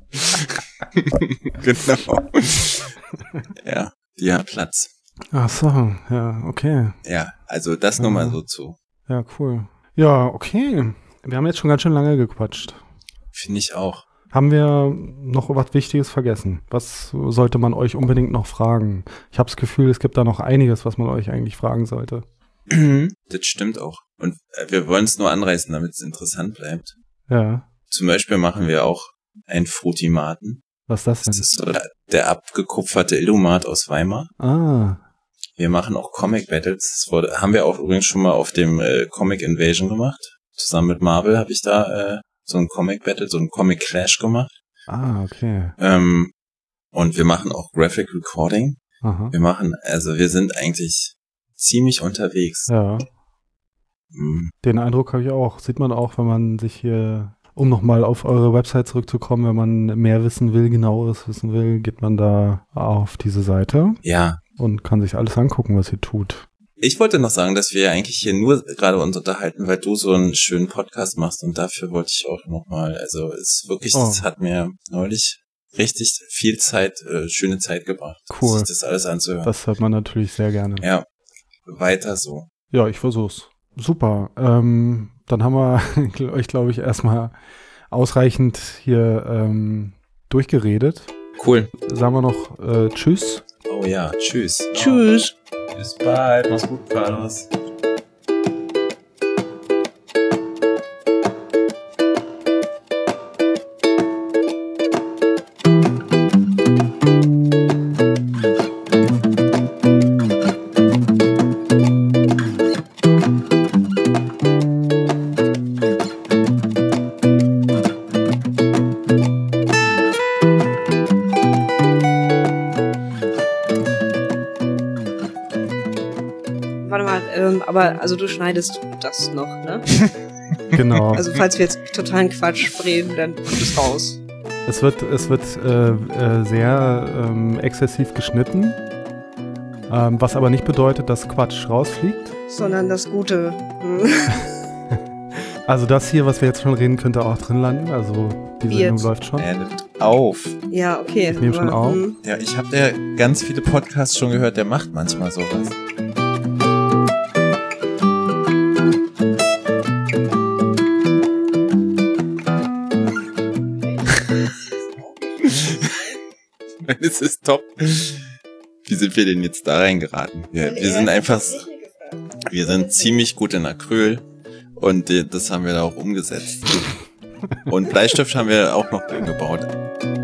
Genau. Ja, die hat Platz. Ach so, ja, okay. Ja, also das nur mal so zu. Ja, cool. Ja, okay. Wir haben jetzt schon ganz schön lange gequatscht. Finde ich auch. Haben wir noch was Wichtiges vergessen? Was sollte man euch unbedingt noch fragen? Ich habe das Gefühl, es gibt da noch einiges, was man euch eigentlich fragen sollte. Das stimmt auch. Und wir wollen es nur anreißen, damit es interessant bleibt. Ja. Zum Beispiel machen wir auch ein Frutimaten. Was ist das denn? Das ist so der, der abgekupferte Illumat aus Weimar. Ah. Wir machen auch Comic Battles. Das wurde, haben wir auch übrigens schon mal auf dem äh, Comic Invasion gemacht. Zusammen mit Marvel habe ich da äh, so ein Comic Battle, so ein Comic Clash gemacht. Ah, okay. Ähm, und wir machen auch Graphic Recording. Aha. Wir machen, also wir sind eigentlich ziemlich unterwegs. Ja. Mhm. Den Eindruck habe ich auch. Sieht man auch, wenn man sich hier, um nochmal auf eure Website zurückzukommen, wenn man mehr wissen will, genaueres wissen will, geht man da auf diese Seite. Ja. Und kann sich alles angucken, was ihr tut. Ich wollte noch sagen, dass wir eigentlich hier nur gerade uns unterhalten, weil du so einen schönen Podcast machst und dafür wollte ich auch nochmal, also es ist wirklich, oh. das hat mir neulich richtig viel Zeit, äh, schöne Zeit gebracht, cool. sich das alles anzuhören. Das hört man natürlich sehr gerne. Ja, weiter so. Ja, ich versuch's. Super. Ähm, dann haben wir euch, glaube ich, erstmal ausreichend hier ähm, durchgeredet. Cool. Sagen wir noch äh, Tschüss. Oh ja, tschüss. Tschüss. Bis bald. Mach's gut, Carlos. Aber also du schneidest das noch, ne? Genau. Also falls wir jetzt totalen Quatsch reden, dann kommt es raus. Es wird, es wird äh, äh, sehr ähm, exzessiv geschnitten, ähm, was aber nicht bedeutet, dass Quatsch rausfliegt. Sondern das Gute. Also das hier, was wir jetzt schon reden, könnte auch drin landen. Also die Wie Sendung jetzt? läuft schon. Er nimmt auf. Ja, okay. Ich nehme schon auf. Hm. Ja, ich habe ja ganz viele Podcasts schon gehört, der macht manchmal sowas. Es ist top. Wie sind wir denn jetzt da reingeraten? Wir, wir sind einfach, wir sind ziemlich gut in Acryl und das haben wir da auch umgesetzt. Und Bleistift haben wir auch noch gebaut.